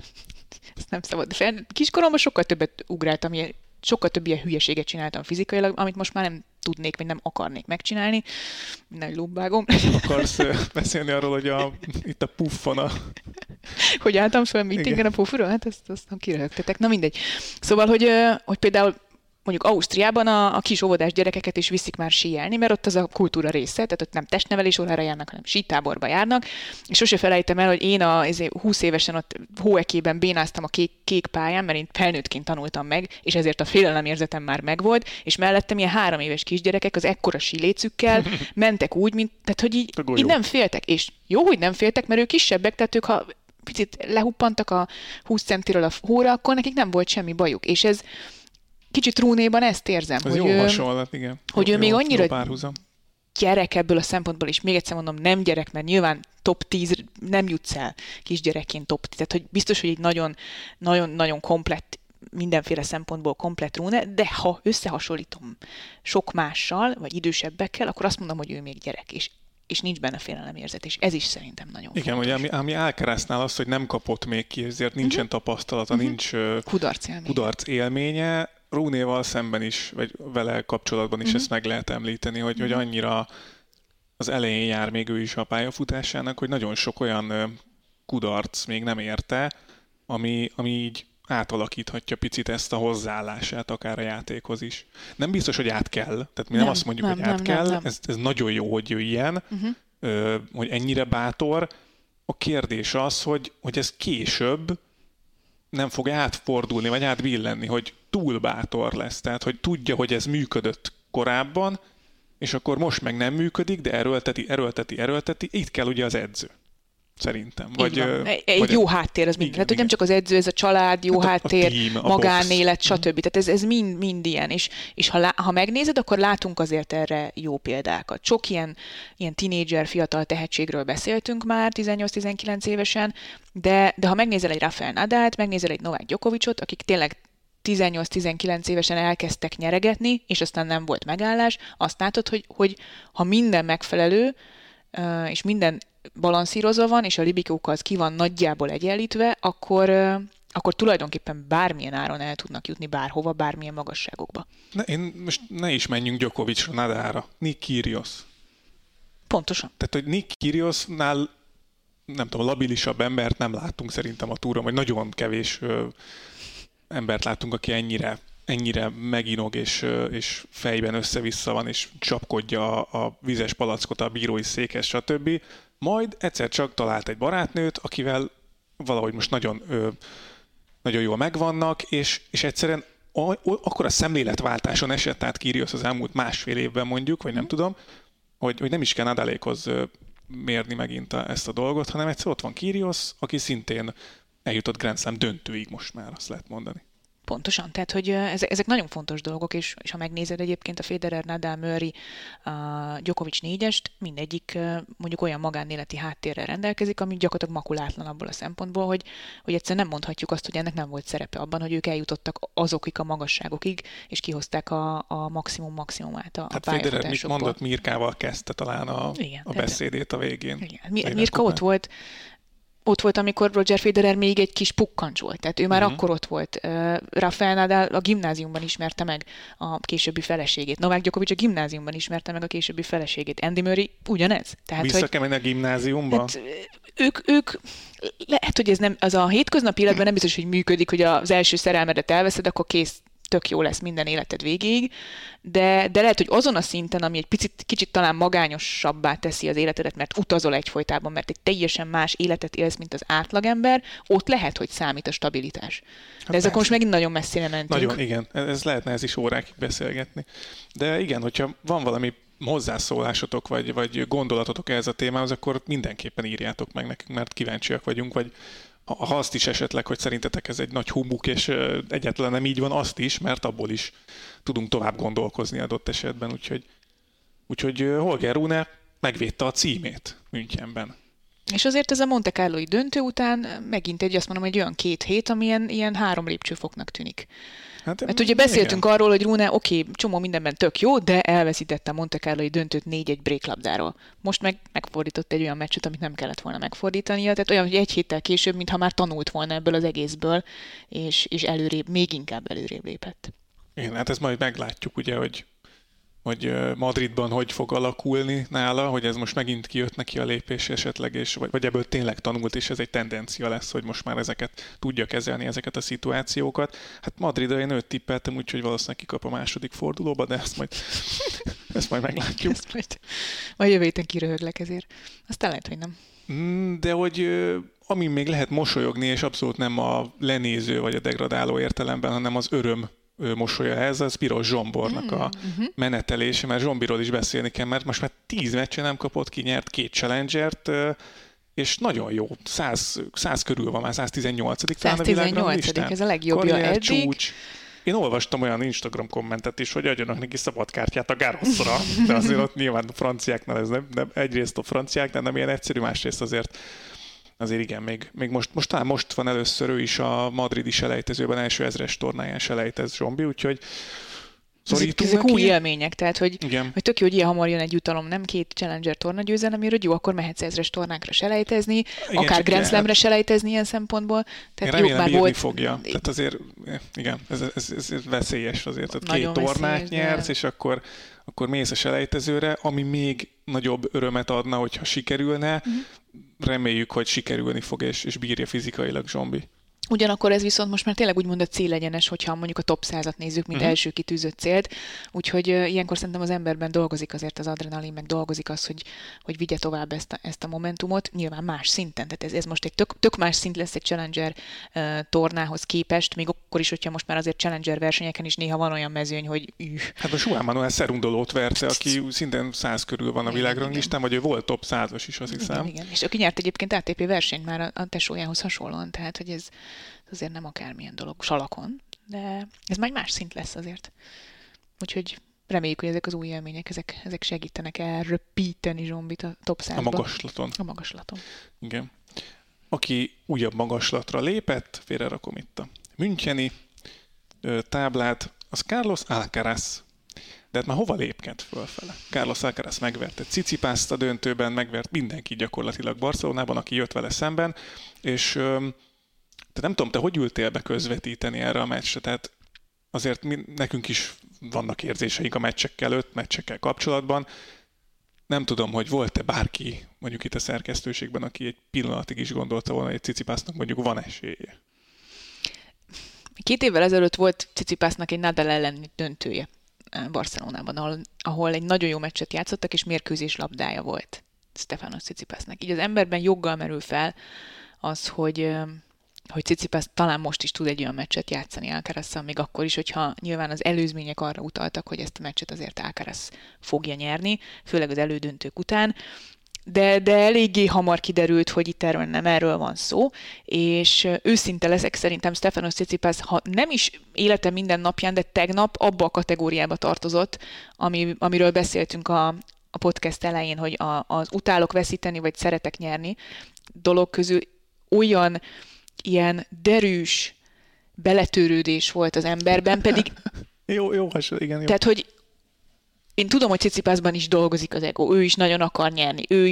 C: Ezt nem szabad. Kiskoromban sokkal többet ugráltam, sokkal több ilyen hülyeséget csináltam fizikailag, amit most már nem tudnék, vagy nem akarnék megcsinálni. Nagy lóbágom.
B: Akarsz beszélni arról, hogy itt a puffon
C: hogy álltam föl meetingen a puffról? Hát azt nem kiröhögtetek. Na mindegy. Szóval, hogy például mondjuk Ausztriában a kis óvodás gyerekeket is viszik már síelni, mert ott az a kultúra része, tehát ott nem testnevelés órára járnak, hanem sítáborba járnak, és sose felejtem el, hogy én 20 évesen ott hóekében bénáztam a kék pályán, mert én felnőttként tanultam meg, és ezért a félelemérzetem már megvolt, és mellettem ilyen 3 éves kisgyerekek az ekkora sílécükkel mentek úgy, tehát hogy így nem féltek, és jó, hogy nem féltek, mert ők kisebbek, tehát ők ha picit lehuppantak a 20 centiről a hóra, akkor nekik nem volt semmi bajuk, és ez kicsit Rooneyban ezt érzem,
B: ez jó hasonlat, igen.
C: Hogy ő még annyira gyerek ebből a szempontból is. Még egyszer mondom, nem gyerek, mert nyilván top 10 nem jutsz el kisgyerekként top 10. Tehát, hogy biztos, hogy egy nagyon komplett, mindenféle szempontból komplett Rooney, de ha összehasonlítom sok mással, vagy idősebbekkel, akkor azt mondom, hogy ő még gyerek, és nincs benne félelemérzet, és ez is szerintem nagyon fontos.
B: Igen, ugye ami Alcaraznál az, hogy nem kapott még ki, ezért nincsen tapasztalata, nincs kudarc élménye. Rooneyval szemben is, vagy vele kapcsolatban is ezt meg lehet említeni, hogy annyira az elején jár még ő is a pályafutásának, hogy nagyon sok olyan kudarc még nem érte, ami így átalakíthatja picit ezt a hozzáállását akár a játékhoz is. Nem biztos, hogy át kell, tehát mi nem azt mondjuk, hogy át kell, nem. Ez nagyon jó, hogy ő ilyen, hogy ennyire bátor. A kérdés az, hogy ez később nem fog átfordulni, vagy átbillenni, hogy túl bátor lesz. Tehát, hogy tudja, hogy ez működött korábban, és akkor most meg nem működik, de erőlteti. Itt kell ugye az edző. Szerintem.
C: Egy jó háttér, az mind. Tehát, hogy nem csak az edző, ez a család, jó háttér, a team, magánélet, stb. Tehát ez mind ilyen. És ha megnézed, akkor látunk azért erre jó példákat. Sok ilyen tínédzser, fiatal tehetségről beszéltünk már 18-19 évesen, de ha megnézel egy Rafael Nadalt, megnézel egy Novák Djokovicot, akik tényleg 18-19 évesen elkezdtek nyeregetni, és aztán nem volt megállás, azt látod, hogy ha minden megfelelő, és minden balanszírozva van, és a libikókkal az ki van nagyjából egyenlítve, akkor tulajdonképpen bármilyen áron el tudnak jutni bárhova, bármilyen magasságokba.
B: Most ne is menjünk Djokovicra, Nadalra. Nick Kyrgios.
C: Pontosan.
B: Tehát, hogy Nick Kyrgiosnál nem tudom, labilisabb embert nem láttunk szerintem a túron, vagy nagyon kevés embert láttunk, aki ennyire meginog, és fejben össze-vissza van, és csapkodja a vizes palackot a bírói székhez, stb. Majd egyszer csak talált egy barátnőt, akivel valahogy most nagyon jól megvannak, és egyszerűen akkor a szemléletváltáson esett át Kyrgios az elmúlt 1,5 évben mondjuk, vagy nem tudom, hogy nem is kell Nadalékhoz mérni megint ezt a dolgot, hanem egyszer ott van Kyrgios, aki szintén eljutott Grand Slam döntőig most már, azt lehet mondani.
C: Pontosan, tehát hogy ezek nagyon fontos dolgok, és ha megnézed egyébként a Federer, Nadal, Murray, Djokovic 4-est, mindegyik mondjuk olyan magánéleti háttérrel rendelkezik, ami gyakorlatilag makulátlan abból a szempontból, hogy egyszerűen nem mondhatjuk azt, hogy ennek nem volt szerepe abban, hogy ők eljutottak azokig a magasságokig, és kihozták a maximumát a pályafutásokból.
B: Federer mit mondott, Mirkával kezdte talán a beszédét a végén.
C: Igen. Mirka ott volt, amikor Roger Federer még egy kis pukkancs volt. Tehát ő már akkor ott volt. Rafael Nadal a gimnáziumban ismerte meg a későbbi feleségét. Novák Djokovic a gimnáziumban ismerte meg a későbbi feleségét. Andy Murray ugyanez. Tehát,
B: vissza kell menni a gimnáziumba?
C: Hát, ők lehet, hogy ez nem, az a hétköznapi életben nem biztos, hogy működik, hogy az első szerelmedet elveszed, akkor kész, tök jó lesz minden életed végéig, de lehet, hogy azon a szinten, ami egy kicsit talán magányosabbá teszi az életedet, mert utazol egyfolytában, mert egy teljesen más életet élsz, mint az átlagember, ott lehet, hogy számít a stabilitás. De ez akkor most megint nagyon messzire mentünk.
B: Nagyon, igen. Ez lehetne ez is órákig beszélgetni. De igen, hogyha van valami hozzászólásotok, vagy gondolatotok ehhez a témához, akkor mindenképpen írjátok meg nekünk, mert kíváncsiak vagyunk, vagy ha azt is esetleg, hogy szerintetek ez egy nagy humbuk, és egyáltalán nem így van, azt is, mert abból is tudunk tovább gondolkozni adott esetben, úgyhogy Holger Rune megvédte a címét Münchenben.
C: És azért ez a Monte Carloi döntő után megint azt mondom, egy olyan 2 hét, ami ilyen 3 lépcsőfoknak tűnik. Hát, mert ugye beszéltünk arról, hogy Rune, csomó mindenben tök jó, de elveszítette a Monte Carloi döntőt 4-1 bréklabdáról. Most megfordított egy olyan meccset, amit nem kellett volna megfordítania, tehát olyan, hogy 1 héttel később, mintha már tanult volna ebből az egészből, és még inkább előrébb lépett.
B: Igen, hát ezt majd meglátjuk, ugye, hogy Madridban hogy fog alakulni nála, hogy ez most megint kijött neki a lépés esetleg, vagy ebből tényleg tanult, és ez egy tendencia lesz, hogy most már ezeket tudja kezelni, ezeket a szituációkat. Hát Madridra én őt tippeltem, úgyhogy valószínűleg kikap a második fordulóba, de ezt majd meglátjuk.
C: Majd jövő héten kiröhöglek ezért. Aztán lehet, hogy nem.
B: De hogy amin még lehet mosolyogni, és abszolút nem a lenéző vagy a degradáló értelemben, hanem az öröm mosolya ez, az Piros Zsombornak a menetelése, mert Zsombiról is beszélni kell, mert most már 10 meccsen nem kapott ki, nyert 2 Challengert, és nagyon jó, 100 körül van már, 118.
C: 118. Ez a legjobbja eddig. Csúcs.
B: Én olvastam olyan Instagram kommentet is, hogy adjanak neki szabadkártyát a Garroszra, de azért ott nyilván a franciáknál ez nem egyrészt a franciáknál nem ilyen egyszerű, másrészt azért igen, még talán most van először ő is a madridi selejtezőben első 1000-es tornáján selejtez Zsombi, úgyhogy
C: ezek új élmények, tehát hogy tök jó, hogy ilyen hamar jön egy jutalom, nem 2 Challenger torna győzelemért, jó, akkor mehetsz 1000-es tornákra selejtezni, igen, akár Grand Slamre selejtezni ilyen szempontból. Tehát
B: én remélem bírni fogja. Tehát azért, igen, ez veszélyes azért. Tehát 2 tornát nyersz, és akkor mész a selejtezőre, ami még nagyobb örömet adna, hogyha sikerülne. Reméljük, hogy sikerülni fog, és bírja fizikailag Zsombi.
C: Ugyanakkor ez viszont most már tényleg úgymond a célegyenes, hogyha mondjuk a top 100-at nézzük, mint első kitűzött célt. Úgyhogy ilyenkor szerintem az emberben dolgozik azért az adrenalin, meg dolgozik az, hogy vigye tovább ezt a momentumot. Nyilván más szinten, tehát ez most egy tök más szint lesz egy Challenger tornához képest, még akkor is, hogyha most már azért Challenger versenyeken is néha van olyan mezőny, hogy
B: Hát a Juan Manuel Cerundolót verte, aki szintén 100 körül van a világranglistán, vagy ő volt top 100-as is, azt hiszem.
C: Igen. És aki nyert egyébként ATP versenyt már a tesójához hasonlóan, tehát hogy ez azért nem akármilyen dolog salakon, de ez majd más szint lesz azért. Úgyhogy reméljük, hogy ezek az új élmények, ezek segítenek elröpíteni Zsombit a top 100-ba.
B: A magaslaton. Igen. Aki újabb magaslatra lépett, félrerakom itt a müncheni táblát, az Carlos Alcaraz. De hát már hova lépked fölfele? Carlos Alcaraz megverte Tsitsipast a döntőben, megvert mindenki gyakorlatilag Barcelonában, aki jött vele szemben, és te nem tudom, te hogy ültél be közvetíteni erre a meccsre? Tehát azért nekünk is vannak érzéseink a meccsekkel kapcsolatban. Nem tudom, hogy volt-e bárki, mondjuk itt a szerkesztőségben, aki egy pillanatig is gondolta volna, hogy Tsitsipasnak mondjuk van esélye.
C: 2 évvel ezelőtt volt Tsitsipasnak egy Nadal elleni döntője Barcelonában, ahol egy nagyon jó meccset játszottak, és mérkőzés labdája volt Stefanos Tsitsipasnak. Így az emberben joggal merül fel az, hogy Tsitsipas talán most is tud egy olyan meccset játszani Alcarazzal, még akkor is, hogyha nyilván az előzmények arra utaltak, hogy ezt a meccset azért Alcaraz fogja nyerni, főleg az elődöntők után, de eléggé hamar kiderült, hogy itt nem erről van szó, és őszinte leszek, szerintem Stefanos Tsitsipas, ha nem is élete minden napján, de tegnap abba a kategóriába tartozott, amiről beszéltünk a podcast elején, hogy az utálok veszíteni, vagy szeretek nyerni dolog közül olyan ilyen derűs beletörődés volt az emberben, pedig...
B: jó, igen, jó.
C: Tehát, hogy én tudom, hogy Tsitsipasban is dolgozik az ego, ő is nagyon akar nyerni, ő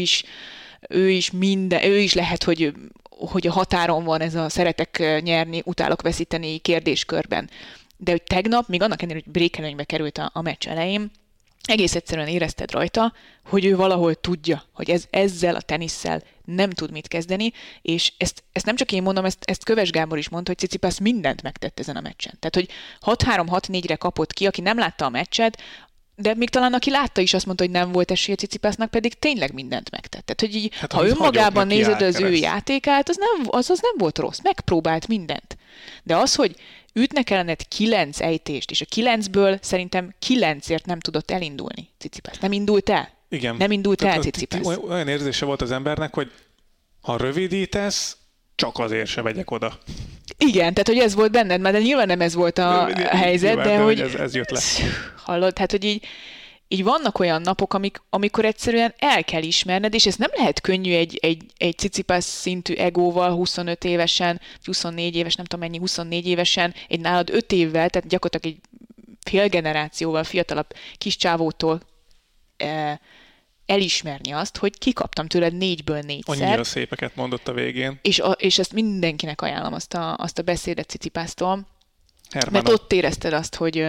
C: is lehet, hogy a határon van ez a szeretek nyerni, utálok veszíteni kérdéskörben. De hogy tegnap, még annak ellenére, hogy brékelőnybe került a meccs elején, egész egyszerűen érezted rajta, hogy ő valahol tudja, hogy ezzel a tenisszel nem tud mit kezdeni, és ezt nem csak én mondom, ezt Köves Gábor is mondta, hogy Tsitsipas mindent megtett ezen a meccsen. Tehát, hogy 6-3, 6-4-re kapott ki, aki nem látta a meccset, de még talán aki látta is azt mondta, hogy nem volt esélye Tsitsipasnak, pedig tényleg mindent megtett. Tehát, hogy így, ha önmagában nézed az ő játékát, az nem volt rossz, megpróbált mindent. De az, hogy ütnek ellened 9 ejtést, és a 9-ből szerintem 9-ért nem tudott elindulni Cicipász. Nem indult el?
B: Igen.
C: Nem indult el Cicipász.
B: Olyan érzése volt az embernek, hogy ha rövidítesz, csak azért se megyek oda.
C: Igen, tehát hogy ez volt benned, de nyilván nem ez volt a helyzet, de hogy...
B: Ez jött le.
C: Hallod, tehát hogy így vannak olyan napok, amikor egyszerűen el kell ismerned, és ez nem lehet könnyű egy Cicipász szintű egóval 25 évesen, 24 éves, nem tudom mennyi, 24 évesen, egy nálad 5 évvel, tehát gyakorlatilag egy fél generációval fiatalabb kis csávótól elismerni azt, hogy kikaptam tőled 4-ből 4-szer.
B: Annyira szépeket mondott a végén.
C: És ezt mindenkinek ajánlom, azt a beszédet Cicipásztól, mert ott érezted azt, hogy...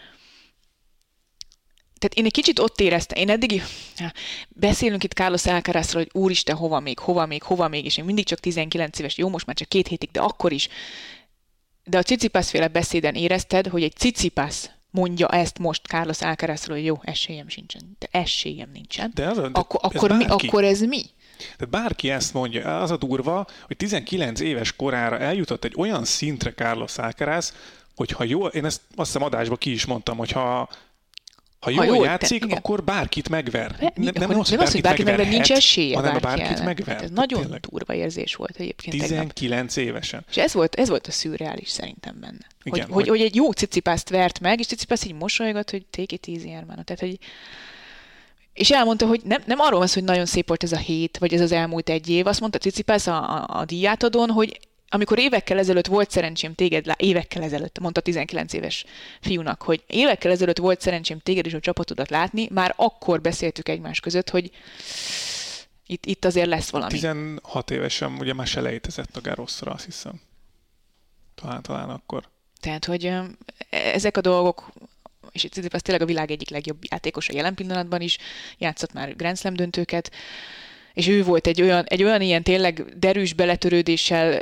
C: Tehát én egy kicsit ott éreztem, én eddig beszélünk itt Carlos Alcarazról, hogy úristen, hova még, és én mindig csak 19 éves, jó, most már csak 2 hétig, de akkor is. De a Cicipász féle beszéden érezted, hogy egy Cicipász mondja ezt most Carlos Alcarazról, hogy jó, esélyem nincsen.
B: De
C: akkor ez mi?
B: Tehát bárki ezt mondja, az a durva, hogy 19 éves korára eljutott egy olyan szintre Carlos Alcaraz, hogyha jó, én ezt azt hiszem adásban ki is mondtam, hogy ha jól játszik, akkor bárkit megver.
C: Nem az, hogy bárkit megver, nincs esélye
B: hanem bárkit megver.
C: Ez nagyon tényleg durva érzés volt egyébként
B: 19
C: tegnap.
B: évesen.
C: És ez volt a szürreális szerintem benne. Igen, hogy egy jó Cicipászt vert meg, és Cicipász így mosolygott, hogy take it easy, Hermano. Tehát, hogy... És elmondta, hogy nem arról van szó, hogy nagyon szép volt ez a hét, vagy ez az elmúlt 1 év. Azt mondta Cicipász a díjátadón, hogy amikor évekkel ezelőtt volt szerencsém téged, évekkel ezelőtt, mondta 19 éves fiúnak, hogy évekkel ezelőtt volt szerencsém téged és a csapatodat látni, már akkor beszéltük egymás között, hogy itt azért lesz valami.
B: 16 évesen ugye már se lejtezett a Garrosra, azt hiszem. Talán akkor.
C: Tehát, hogy ezek a dolgok, és Cicipász tényleg a világ egyik legjobb játékosa jelen pillanatban is, játszott már Grand Slam döntőket, és ő volt egy olyan ilyen tényleg derűs beletörődéssel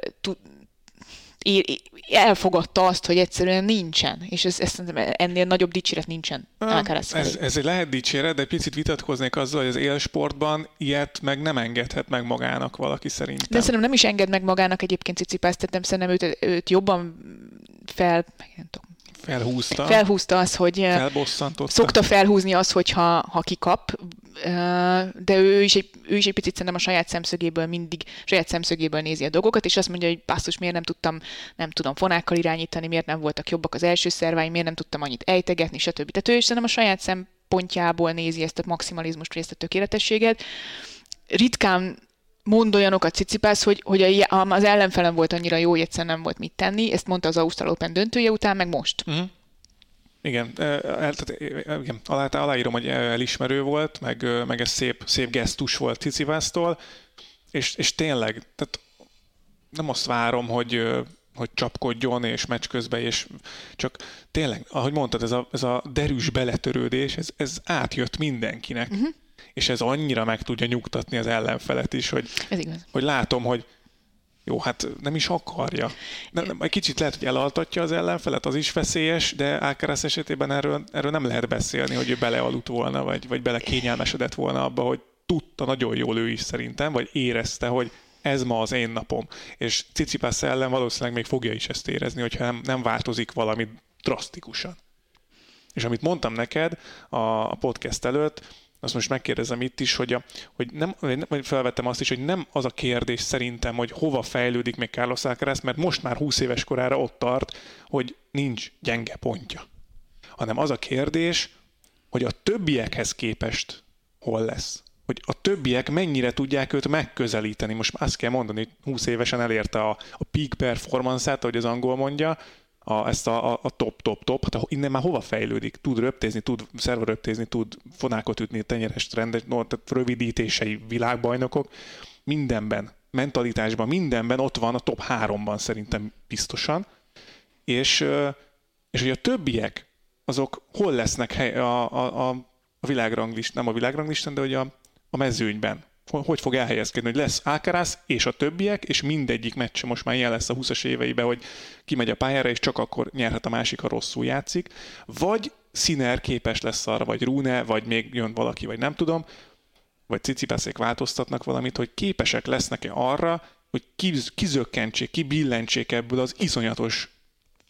C: elfogadta azt, hogy egyszerűen nincsen. És ez ennél nagyobb dicséret nincsen Alcaraz felé.
B: Ez egy dicséret, de egy picit vitatkoznék azzal, hogy az élsportban ilyet meg nem engedhet meg magának valaki szerintem.
C: De szerintem nem is enged meg magának egyébként Cicipász, tehát nem szerintem őt jobban felhúzta az, hogy szokta felhúzni az, hogyha kikap, de ő is egy picit szerintem a saját szemszögéből nézi a dolgokat, és azt mondja, hogy basszus, miért nem tudom fonákkal irányítani, miért nem voltak jobbak az első szerváim, miért nem tudtam annyit ejtegetni, stb. Tehát ő is szerintem a saját szempontjából nézi ezt a maximalizmust, vagy ezt a tökéletességet. Ritkán mond olyanokat Cicipász, hogy az ellenfelem volt annyira jó, hogy egyszerűen nem volt mit tenni. Ezt mondta az Ausztrál Open döntője után, meg most.
B: Uh-huh. Igen, aláírom, hogy elismerő volt, meg ez szép gesztus volt Cicipásztól, és tényleg, tehát nem azt várom, hogy csapkodjon és meccs közben, és csak tényleg, ahogy mondtad, ez a derűs beletörődés, ez átjött mindenkinek. Uh-huh. És ez annyira meg tudja nyugtatni az ellenfelet is, hogy látom, hogy jó, hát nem is akarja. Egy kicsit lehet, hogy elaltatja az ellenfelet, az is veszélyes, de Alcaraz esetében erről nem lehet beszélni, hogy ő belealudt volna, vagy belekényelmesedett volna abba, hogy tudta nagyon jól ő is szerintem, vagy érezte, hogy ez ma az én napom. És Cicipász ellen valószínűleg még fogja is ezt érezni, hogyha nem változik valami drasztikusan. És amit mondtam neked a podcast előtt, azt most megkérdezem itt is, hogy felvettem azt is, hogy nem az a kérdés szerintem, hogy hova fejlődik még Carlos Alcaraz, mert most már 20 éves korára ott tart, hogy nincs gyenge pontja. Hanem az a kérdés, hogy a többiekhez képest hol lesz. Hogy a többiek mennyire tudják őt megközelíteni. Most azt kell mondani, hogy 20 évesen elérte a peak performance-át, ahogy az angol mondja, ezt a top. Hát innen már hova fejlődik? Tud röptézni, tud szervaröptézni, tud fonákot ütni, tenyeres trendet, tehát rövidítései világbajnokok. Mindenben, mentalitásban, mindenben ott van a top 3-ban szerintem biztosan. És hogy a többiek, azok hol lesznek a világranglistán, nem a világranglistán, de hogy a mezőnyben. Hogy fog elhelyezkedni, hogy lesz Alcaraz és a többiek, és mindegyik meccse most már ilyen lesz a 20-as éveiben, hogy kimegy a pályára, és csak akkor nyerhet a másik, ha rosszul játszik. Vagy Sinner képes lesz arra, vagy Rune, vagy még jön valaki, vagy nem tudom, vagy Cicipászék változtatnak valamit, hogy képesek lesznek-e arra, hogy kizökkentsék, kibillentsék ebből az iszonyatos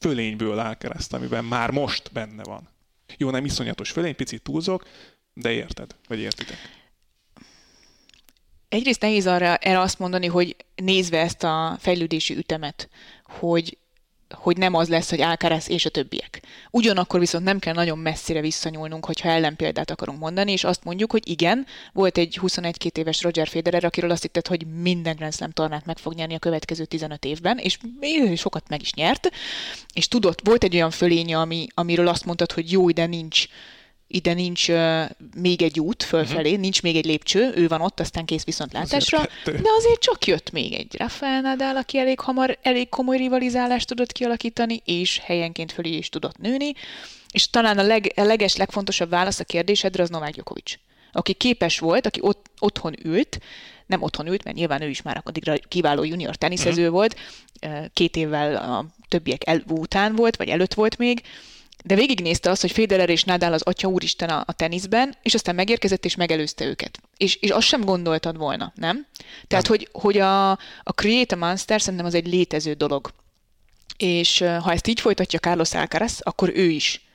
B: fölényből Alcaraz, amiben már most benne van. Jó, nem iszonyatos fölény, picit túlzok, de érted, vagy értitek.
C: Egyrészt nehéz erre azt mondani, hogy nézve ezt a fejlődési ütemet, hogy nem az lesz, hogy Alcaraz és a többiek. Ugyanakkor viszont nem kell nagyon messzire visszanyúlnunk, hogyha ellenpéldát akarunk mondani, és azt mondjuk, hogy igen, volt egy 21-22 éves Roger Federer, akiről azt hitted, hogy minden Grand Slam tornát meg fog nyerni a következő 15 évben, és sokat meg is nyert, és volt egy olyan fölénye, amiről azt mondtad, hogy jó, ide nincs még egy út fölfelé, nincs még egy lépcső, ő van ott, aztán kész viszontlátásra, de azért csak jött még egy Rafael Nadal, aki elég hamar, elég komoly rivalizálást tudott kialakítani, és helyenként fölé is tudott nőni, és talán a legfontosabb válasz a kérdésedre az Novák Djokovic, aki képes volt, aki otthon ült, nem otthon ült, mert nyilván ő is már addigra kiváló junior teniszező volt, 2 évvel a többiek után volt, vagy előtt volt még, de végignézte azt, hogy Federer és Nadal az atya úristen a teniszben, és aztán megérkezett és megelőzte őket. És azt sem gondoltad volna, nem? Tehát, hogy a Create a Monster szerintem az egy létező dolog. És ha ezt így folytatja Carlos Alcaraz, akkor ő is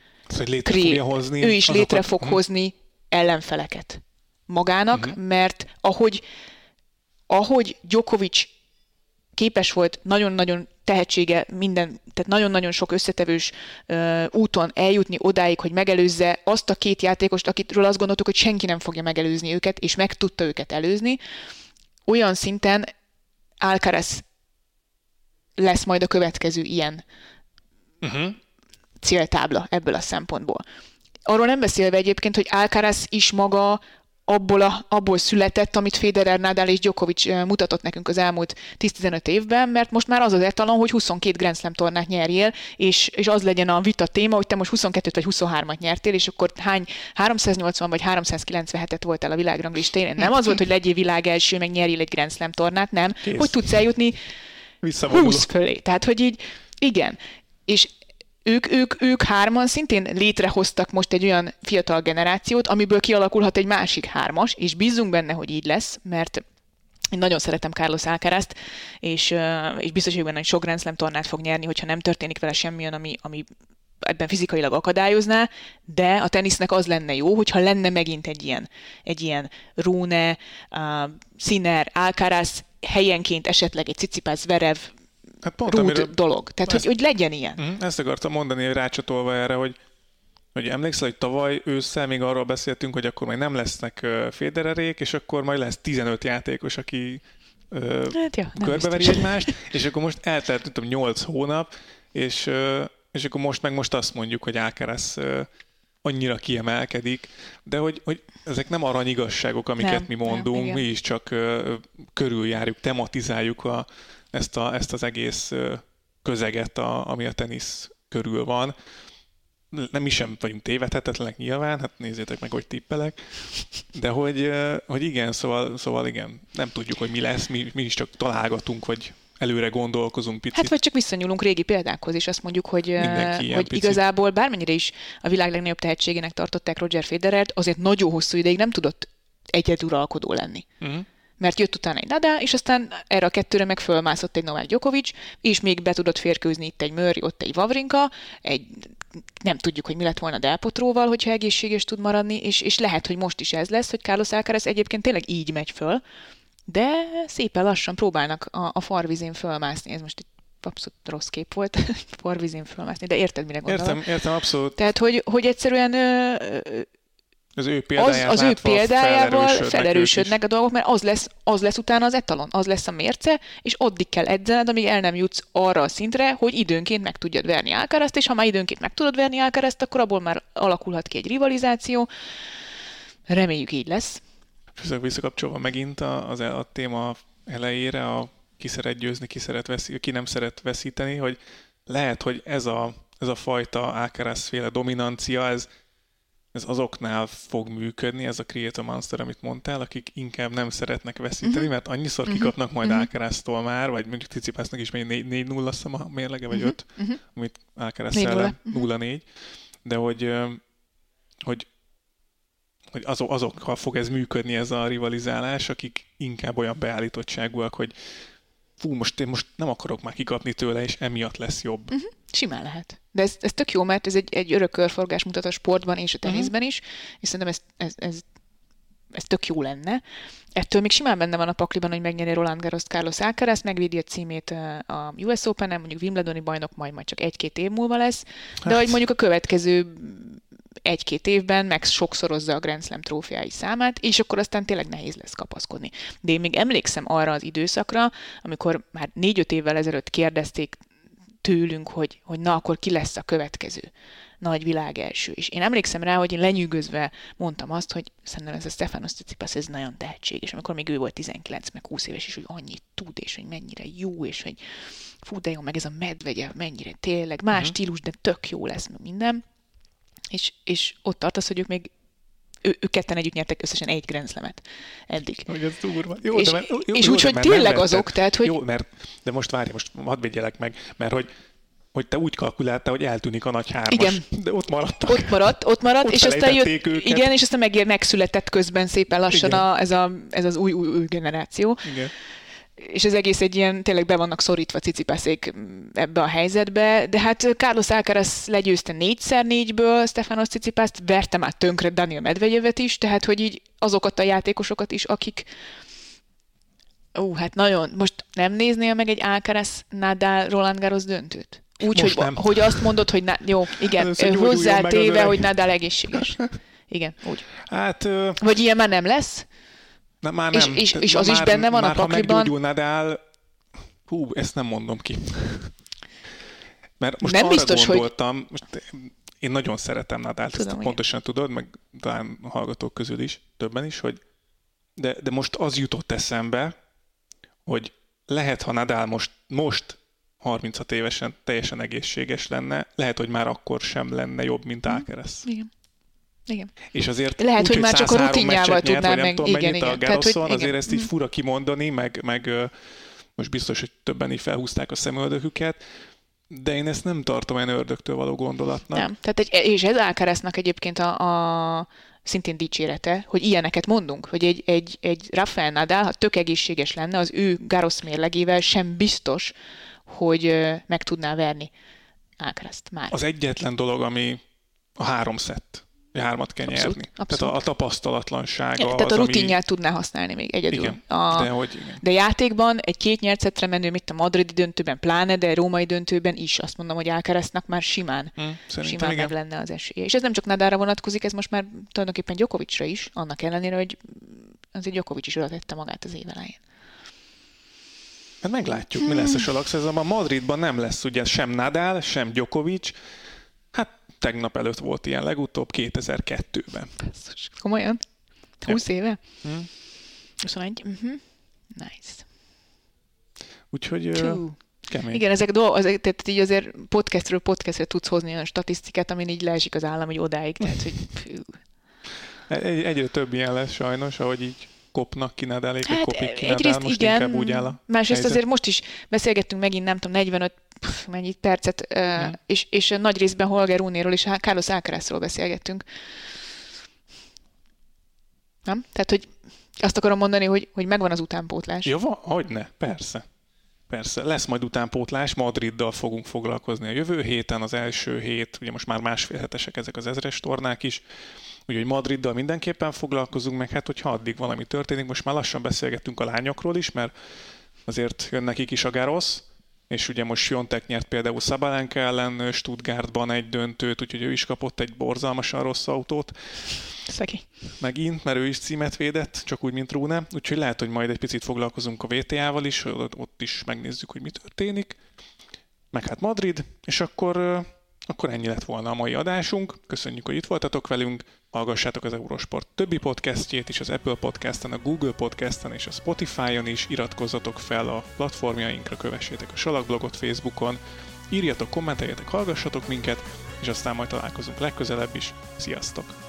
C: létre fog hozni ellenfeleket magának, mert ahogy Djokovic képes volt nagyon-nagyon tehetsége tehát nagyon-nagyon sok összetevős úton eljutni odáig, hogy megelőzze azt a 2 játékost, akitről azt gondoltuk, hogy senki nem fogja megelőzni őket, és meg tudta őket előzni. Olyan szinten Alcaraz lesz majd a következő ilyen céltábla ebből a szempontból. Arról nem beszélve egyébként, hogy Alcaraz is maga abból született, amit Federer, Nadal és Djokovic mutatott nekünk az elmúlt 10-15 évben, mert most már az az etalon, hogy 22 Grand Slam tornát nyerjél, és az legyen a vita téma, hogy te most 22-t vagy 23-at nyertél, és akkor hány 380 vagy 397-et voltál a világranglistén. Nem az volt, hogy legyél világ első, meg nyerjél egy Grand Slam tornát, nem. Kész. Hogy tudsz eljutni 20 fölé. Tehát, hogy így, igen. És ők hárman szintén létrehoztak most egy olyan fiatal generációt, amiből kialakulhat egy másik 3-as, és bízzunk benne, hogy így lesz, mert én nagyon szeretem Carlos Alcarazt, és biztos vagyok benne, hogy sok Grand Slam tornát fog nyerni, hogyha nem történik vele semmilyen, ami ebben fizikailag akadályozná, de a tenisznek az lenne jó, hogyha lenne megint egy ilyen Rune, Sinner, Alcaraz, helyenként esetleg egy Tsitsipas, Zverev, dolog. Tehát, hogy legyen ilyen.
B: Ezt akartam mondani, hogy rácsatolva erre, hogy emlékszel, hogy tavaly ősszel még arról beszéltünk, hogy akkor majd nem lesznek Federerék, és akkor majd lesz 15 játékos, aki körbeveri egymást, és akkor most eltelt, 8 hónap, és akkor most azt mondjuk, hogy Alcaraz annyira kiemelkedik, de hogy ezek nem aranyigazságok, amiket mi mondunk, mi is csak körüljárjuk, tematizáljuk ezt az egész közeget, ami a tenisz körül van. Nem is sem vagyunk tévedhetetlenek nyilván, hát nézzétek meg, hogy tippelek, de hogy igen, szóval igen, nem tudjuk, hogy mi lesz, mi is csak találgatunk, vagy előre gondolkozunk picit.
C: Hát vagy csak visszanyúlunk régi példákhoz, és azt mondjuk, hogy igazából bármennyire is a világ legnagyobb tehetségének tartották Roger Federert, azért nagyon hosszú ideig nem tudott egyeduralkodó lenni. Mert jött utána egy Nadal, és aztán erre a 2-re meg fölmászott egy Novák Djokovic, és még be tudott férkőzni itt egy Murray, ott egy Wawrinka, nem tudjuk, hogy mi lett volna Del Potróval, hogyha egészséges tud maradni, és lehet, hogy most is ez lesz, hogy Carlos Alcaraz egyébként tényleg így megy föl, de szépen lassan próbálnak a farvizén fölmászni. Ez most egy abszolút rossz kép volt, farvizén fölmászni, de érted, mire gondolom?
B: Értem, abszolút.
C: Tehát, hogy egyszerűen
B: az ő
C: példájával felerősödnek a dolgok, mert az lesz utána az etalon, az lesz a mérce, és addig kell edzened, amíg el nem jutsz arra a szintre, hogy időnként meg tudjad verni Alcarazt, és ha már időnként meg tudod verni Alcarazt, akkor abból már alakulhat ki egy rivalizáció. Reméljük így lesz.
B: Visszakapcsolva megint a téma elejére, ki szeret győzni, ki nem szeret veszíteni, hogy lehet, hogy ez a fajta Alcaraz-féle dominancia, ez azoknál fog működni, ez a Create a Monster, amit mondtál, akik inkább nem szeretnek veszíteni, mert annyiszor kikapnak majd Alcaraztól már, vagy mondjuk Tsitsipasnak is még 4-0 azt hiszem a mérlege, vagy 5, amit Alcaraz ellen 0-4, de hogy azokkal fog ez működni, ez a rivalizálás, akik inkább olyan beállítottságúak, hogy most nem akarok már kikapni tőle, és emiatt lesz jobb.
C: Simán lehet. De ez tök jó, mert ez egy örök körforgás mutat a sportban és a teniszben is, és szerintem ez tök jó lenne. Ettől még simán benne van a pakliban, hogy megnyeri Roland Garrost Carlos Alcaraz, megvédi a címét a US Open-en, mondjuk Wimbledoni bajnok majd csak 1-2 év múlva lesz, de hogy mondjuk a következő 1-2 évben meg sokszorozza a Grand Slam trófeái számát, és akkor aztán tényleg nehéz lesz kapaszkodni. De én még emlékszem arra az időszakra, amikor már 4-5 évvel ezelőtt kérdezték tőlünk, hogy na akkor ki lesz a következő nagy világ első. És én emlékszem rá, hogy én lenyűgözve mondtam azt, hogy szerintem ez a Stefanos Tsitsipas, ez nagyon tehetséges. Amikor még ő volt 19, meg 20 éves, és hogy annyit tud, és hogy mennyire jó, és hogy fú, de jó, meg ez a Medvegyev, mennyire tényleg más stílus, de tök jó lesz, meg minden. És ott tartasz, hogy ők még ők ketten együtt nyertek összesen 1 Grand Slamet eddig.
B: Hogy ez durva. Jó,
C: és úgy, hogy tényleg azok, tehát, hogy...
B: Jó, de most várj, most hadd védjelek meg, mert hogy te úgy kalkuláltál, hogy eltűnik a nagy 3-as. Igen. De ott maradtak.
C: Ott maradt, és aztán jött,
B: őket.
C: Igen, és aztán megszületett közben szépen lassan ez az új generáció.
B: Igen.
C: És az egész egy ilyen, tényleg be vannak szorítva Tsitsipaszék ebbe a helyzetbe, de hát Carlos Alcaraz legyőzte 4x4-ből Stefanos Tsitsipast, verte már tönkre Daniil Medvegyevet is, tehát hogy így azokat a játékosokat is, akik hát nagyon, most nem néznél meg egy Alcaraz Nadal Roland Garros döntőt? Úgy, hogy azt mondod, hogy jó, igen, hozzátéve, hogy Nadal egészséges. Igen, úgy.
B: Hát...
C: Vagy ilyen már nem lesz?
B: Na, már nem.
C: És az is benne van a pakliban.
B: Ha meggyógyul Nadal, ezt nem mondom ki. Mert most nem arra biztos, gondoltam, hogy... most én nagyon szeretem Nadalt, ezt pontosan tudod, meg talán a hallgatók közül is, többen is, hogy de most az jutott eszembe, hogy lehet, ha Nadal most 36 évesen teljesen egészséges lenne, lehet, hogy már akkor sem lenne jobb, mint Alcaraz.
C: Igen.
B: És azért
C: lehet, hogy már csak a rutinjával tudná meg.
B: Tudom, igen. A Garroson, azért ezt így fura kimondani, meg most biztos, hogy többen így felhúzták a szemöldöküket, de én ezt nem tartom olyan ördögtől való gondolatnak. Nem.
C: Tehát és ez Alcaraznak egyébként a szintén dicsérete, hogy ilyeneket mondunk, hogy egy Rafael Nadal, ha tök egészséges lenne, az ő Garros mérlegével sem biztos, hogy meg tudná verni Alcarazt már. Az
B: egyetlen dolog, ami a 3 szett. 3-at kell nyerni. Abszolút. Tehát a tapasztalatlansága.
C: Ja, tehát a rutinját tudná használni még egyedül.
B: Igen.
C: De játékban egy 2 nyert szettre menő, mint a madridi döntőben pláne, de római döntőben is azt mondom, hogy Alcaraznak már simán meg lenne az esélye. És ez nem csak Nadalra vonatkozik, ez most már tulajdonképpen Djokovicra is, annak ellenére, hogy azért Djokovic is oda tette magát az év elején.
B: Hát meglátjuk, mi lesz a salagszezonban. Madridban nem lesz ugye sem Nadal, sem Djokovic. Hát tegnap előtt volt ilyen legutóbb, 2002-ben.
C: Komolyan? 20 éve? 21? Nice.
B: Úgyhogy kemény.
C: Igen, tehát így azért podcastre tudsz hozni olyan statisztikát, amin így leesik az állam, hogy odáig, tehát hogy
B: Egyre több ilyen lesz sajnos, ahogy így kopnak ki Nadálék, vagy kopik ki
C: Nadal,
B: most igen, inkább úgy áll a
C: másrészt
B: helyzet.
C: Azért most is beszélgettünk megint, nem tudom, 45 percet, és nagy részben Holger Runéról és Carlos Alcarazról beszélgettünk. Nem? Tehát, hogy azt akarom mondani, hogy megvan az utánpótlás.
B: Ja, hogyne, persze. Persze, lesz majd utánpótlás, Madriddal fogunk foglalkozni a jövő héten, az első hét, ugye most már másfél hetesek ezek az 1000-es tornák is, úgyhogy Madriddal mindenképpen foglalkozunk, meg hát, hogyha addig valami történik, most már lassan beszélgettünk a lányokról is, mert azért jön nekik is a Garros, és ugye most Swiatek nyert például Sabalenka ellen Stuttgartban egy döntőt, úgyhogy ő is kapott egy borzalmasan rossz autót.
C: Szegény.
B: Megint, mert ő is címet védett, csak úgy, mint Rune. Úgyhogy lehet, hogy majd egy picit foglalkozunk a VTA-val is, ott is megnézzük, hogy mi történik. Meg hát Madrid, és akkor ennyi lett volna a mai adásunk. Köszönjük, hogy itt voltatok velünk. Hallgassátok az Eurosport többi podcastjét is, az Apple Podcasten, a Google Podcasten és a Spotify-on is. Iratkozzatok fel a platformjainkra, kövessétek a Salakblogot Facebookon, írjatok, kommenteljetek, hallgassatok minket, és aztán majd találkozunk legközelebb is. Sziasztok!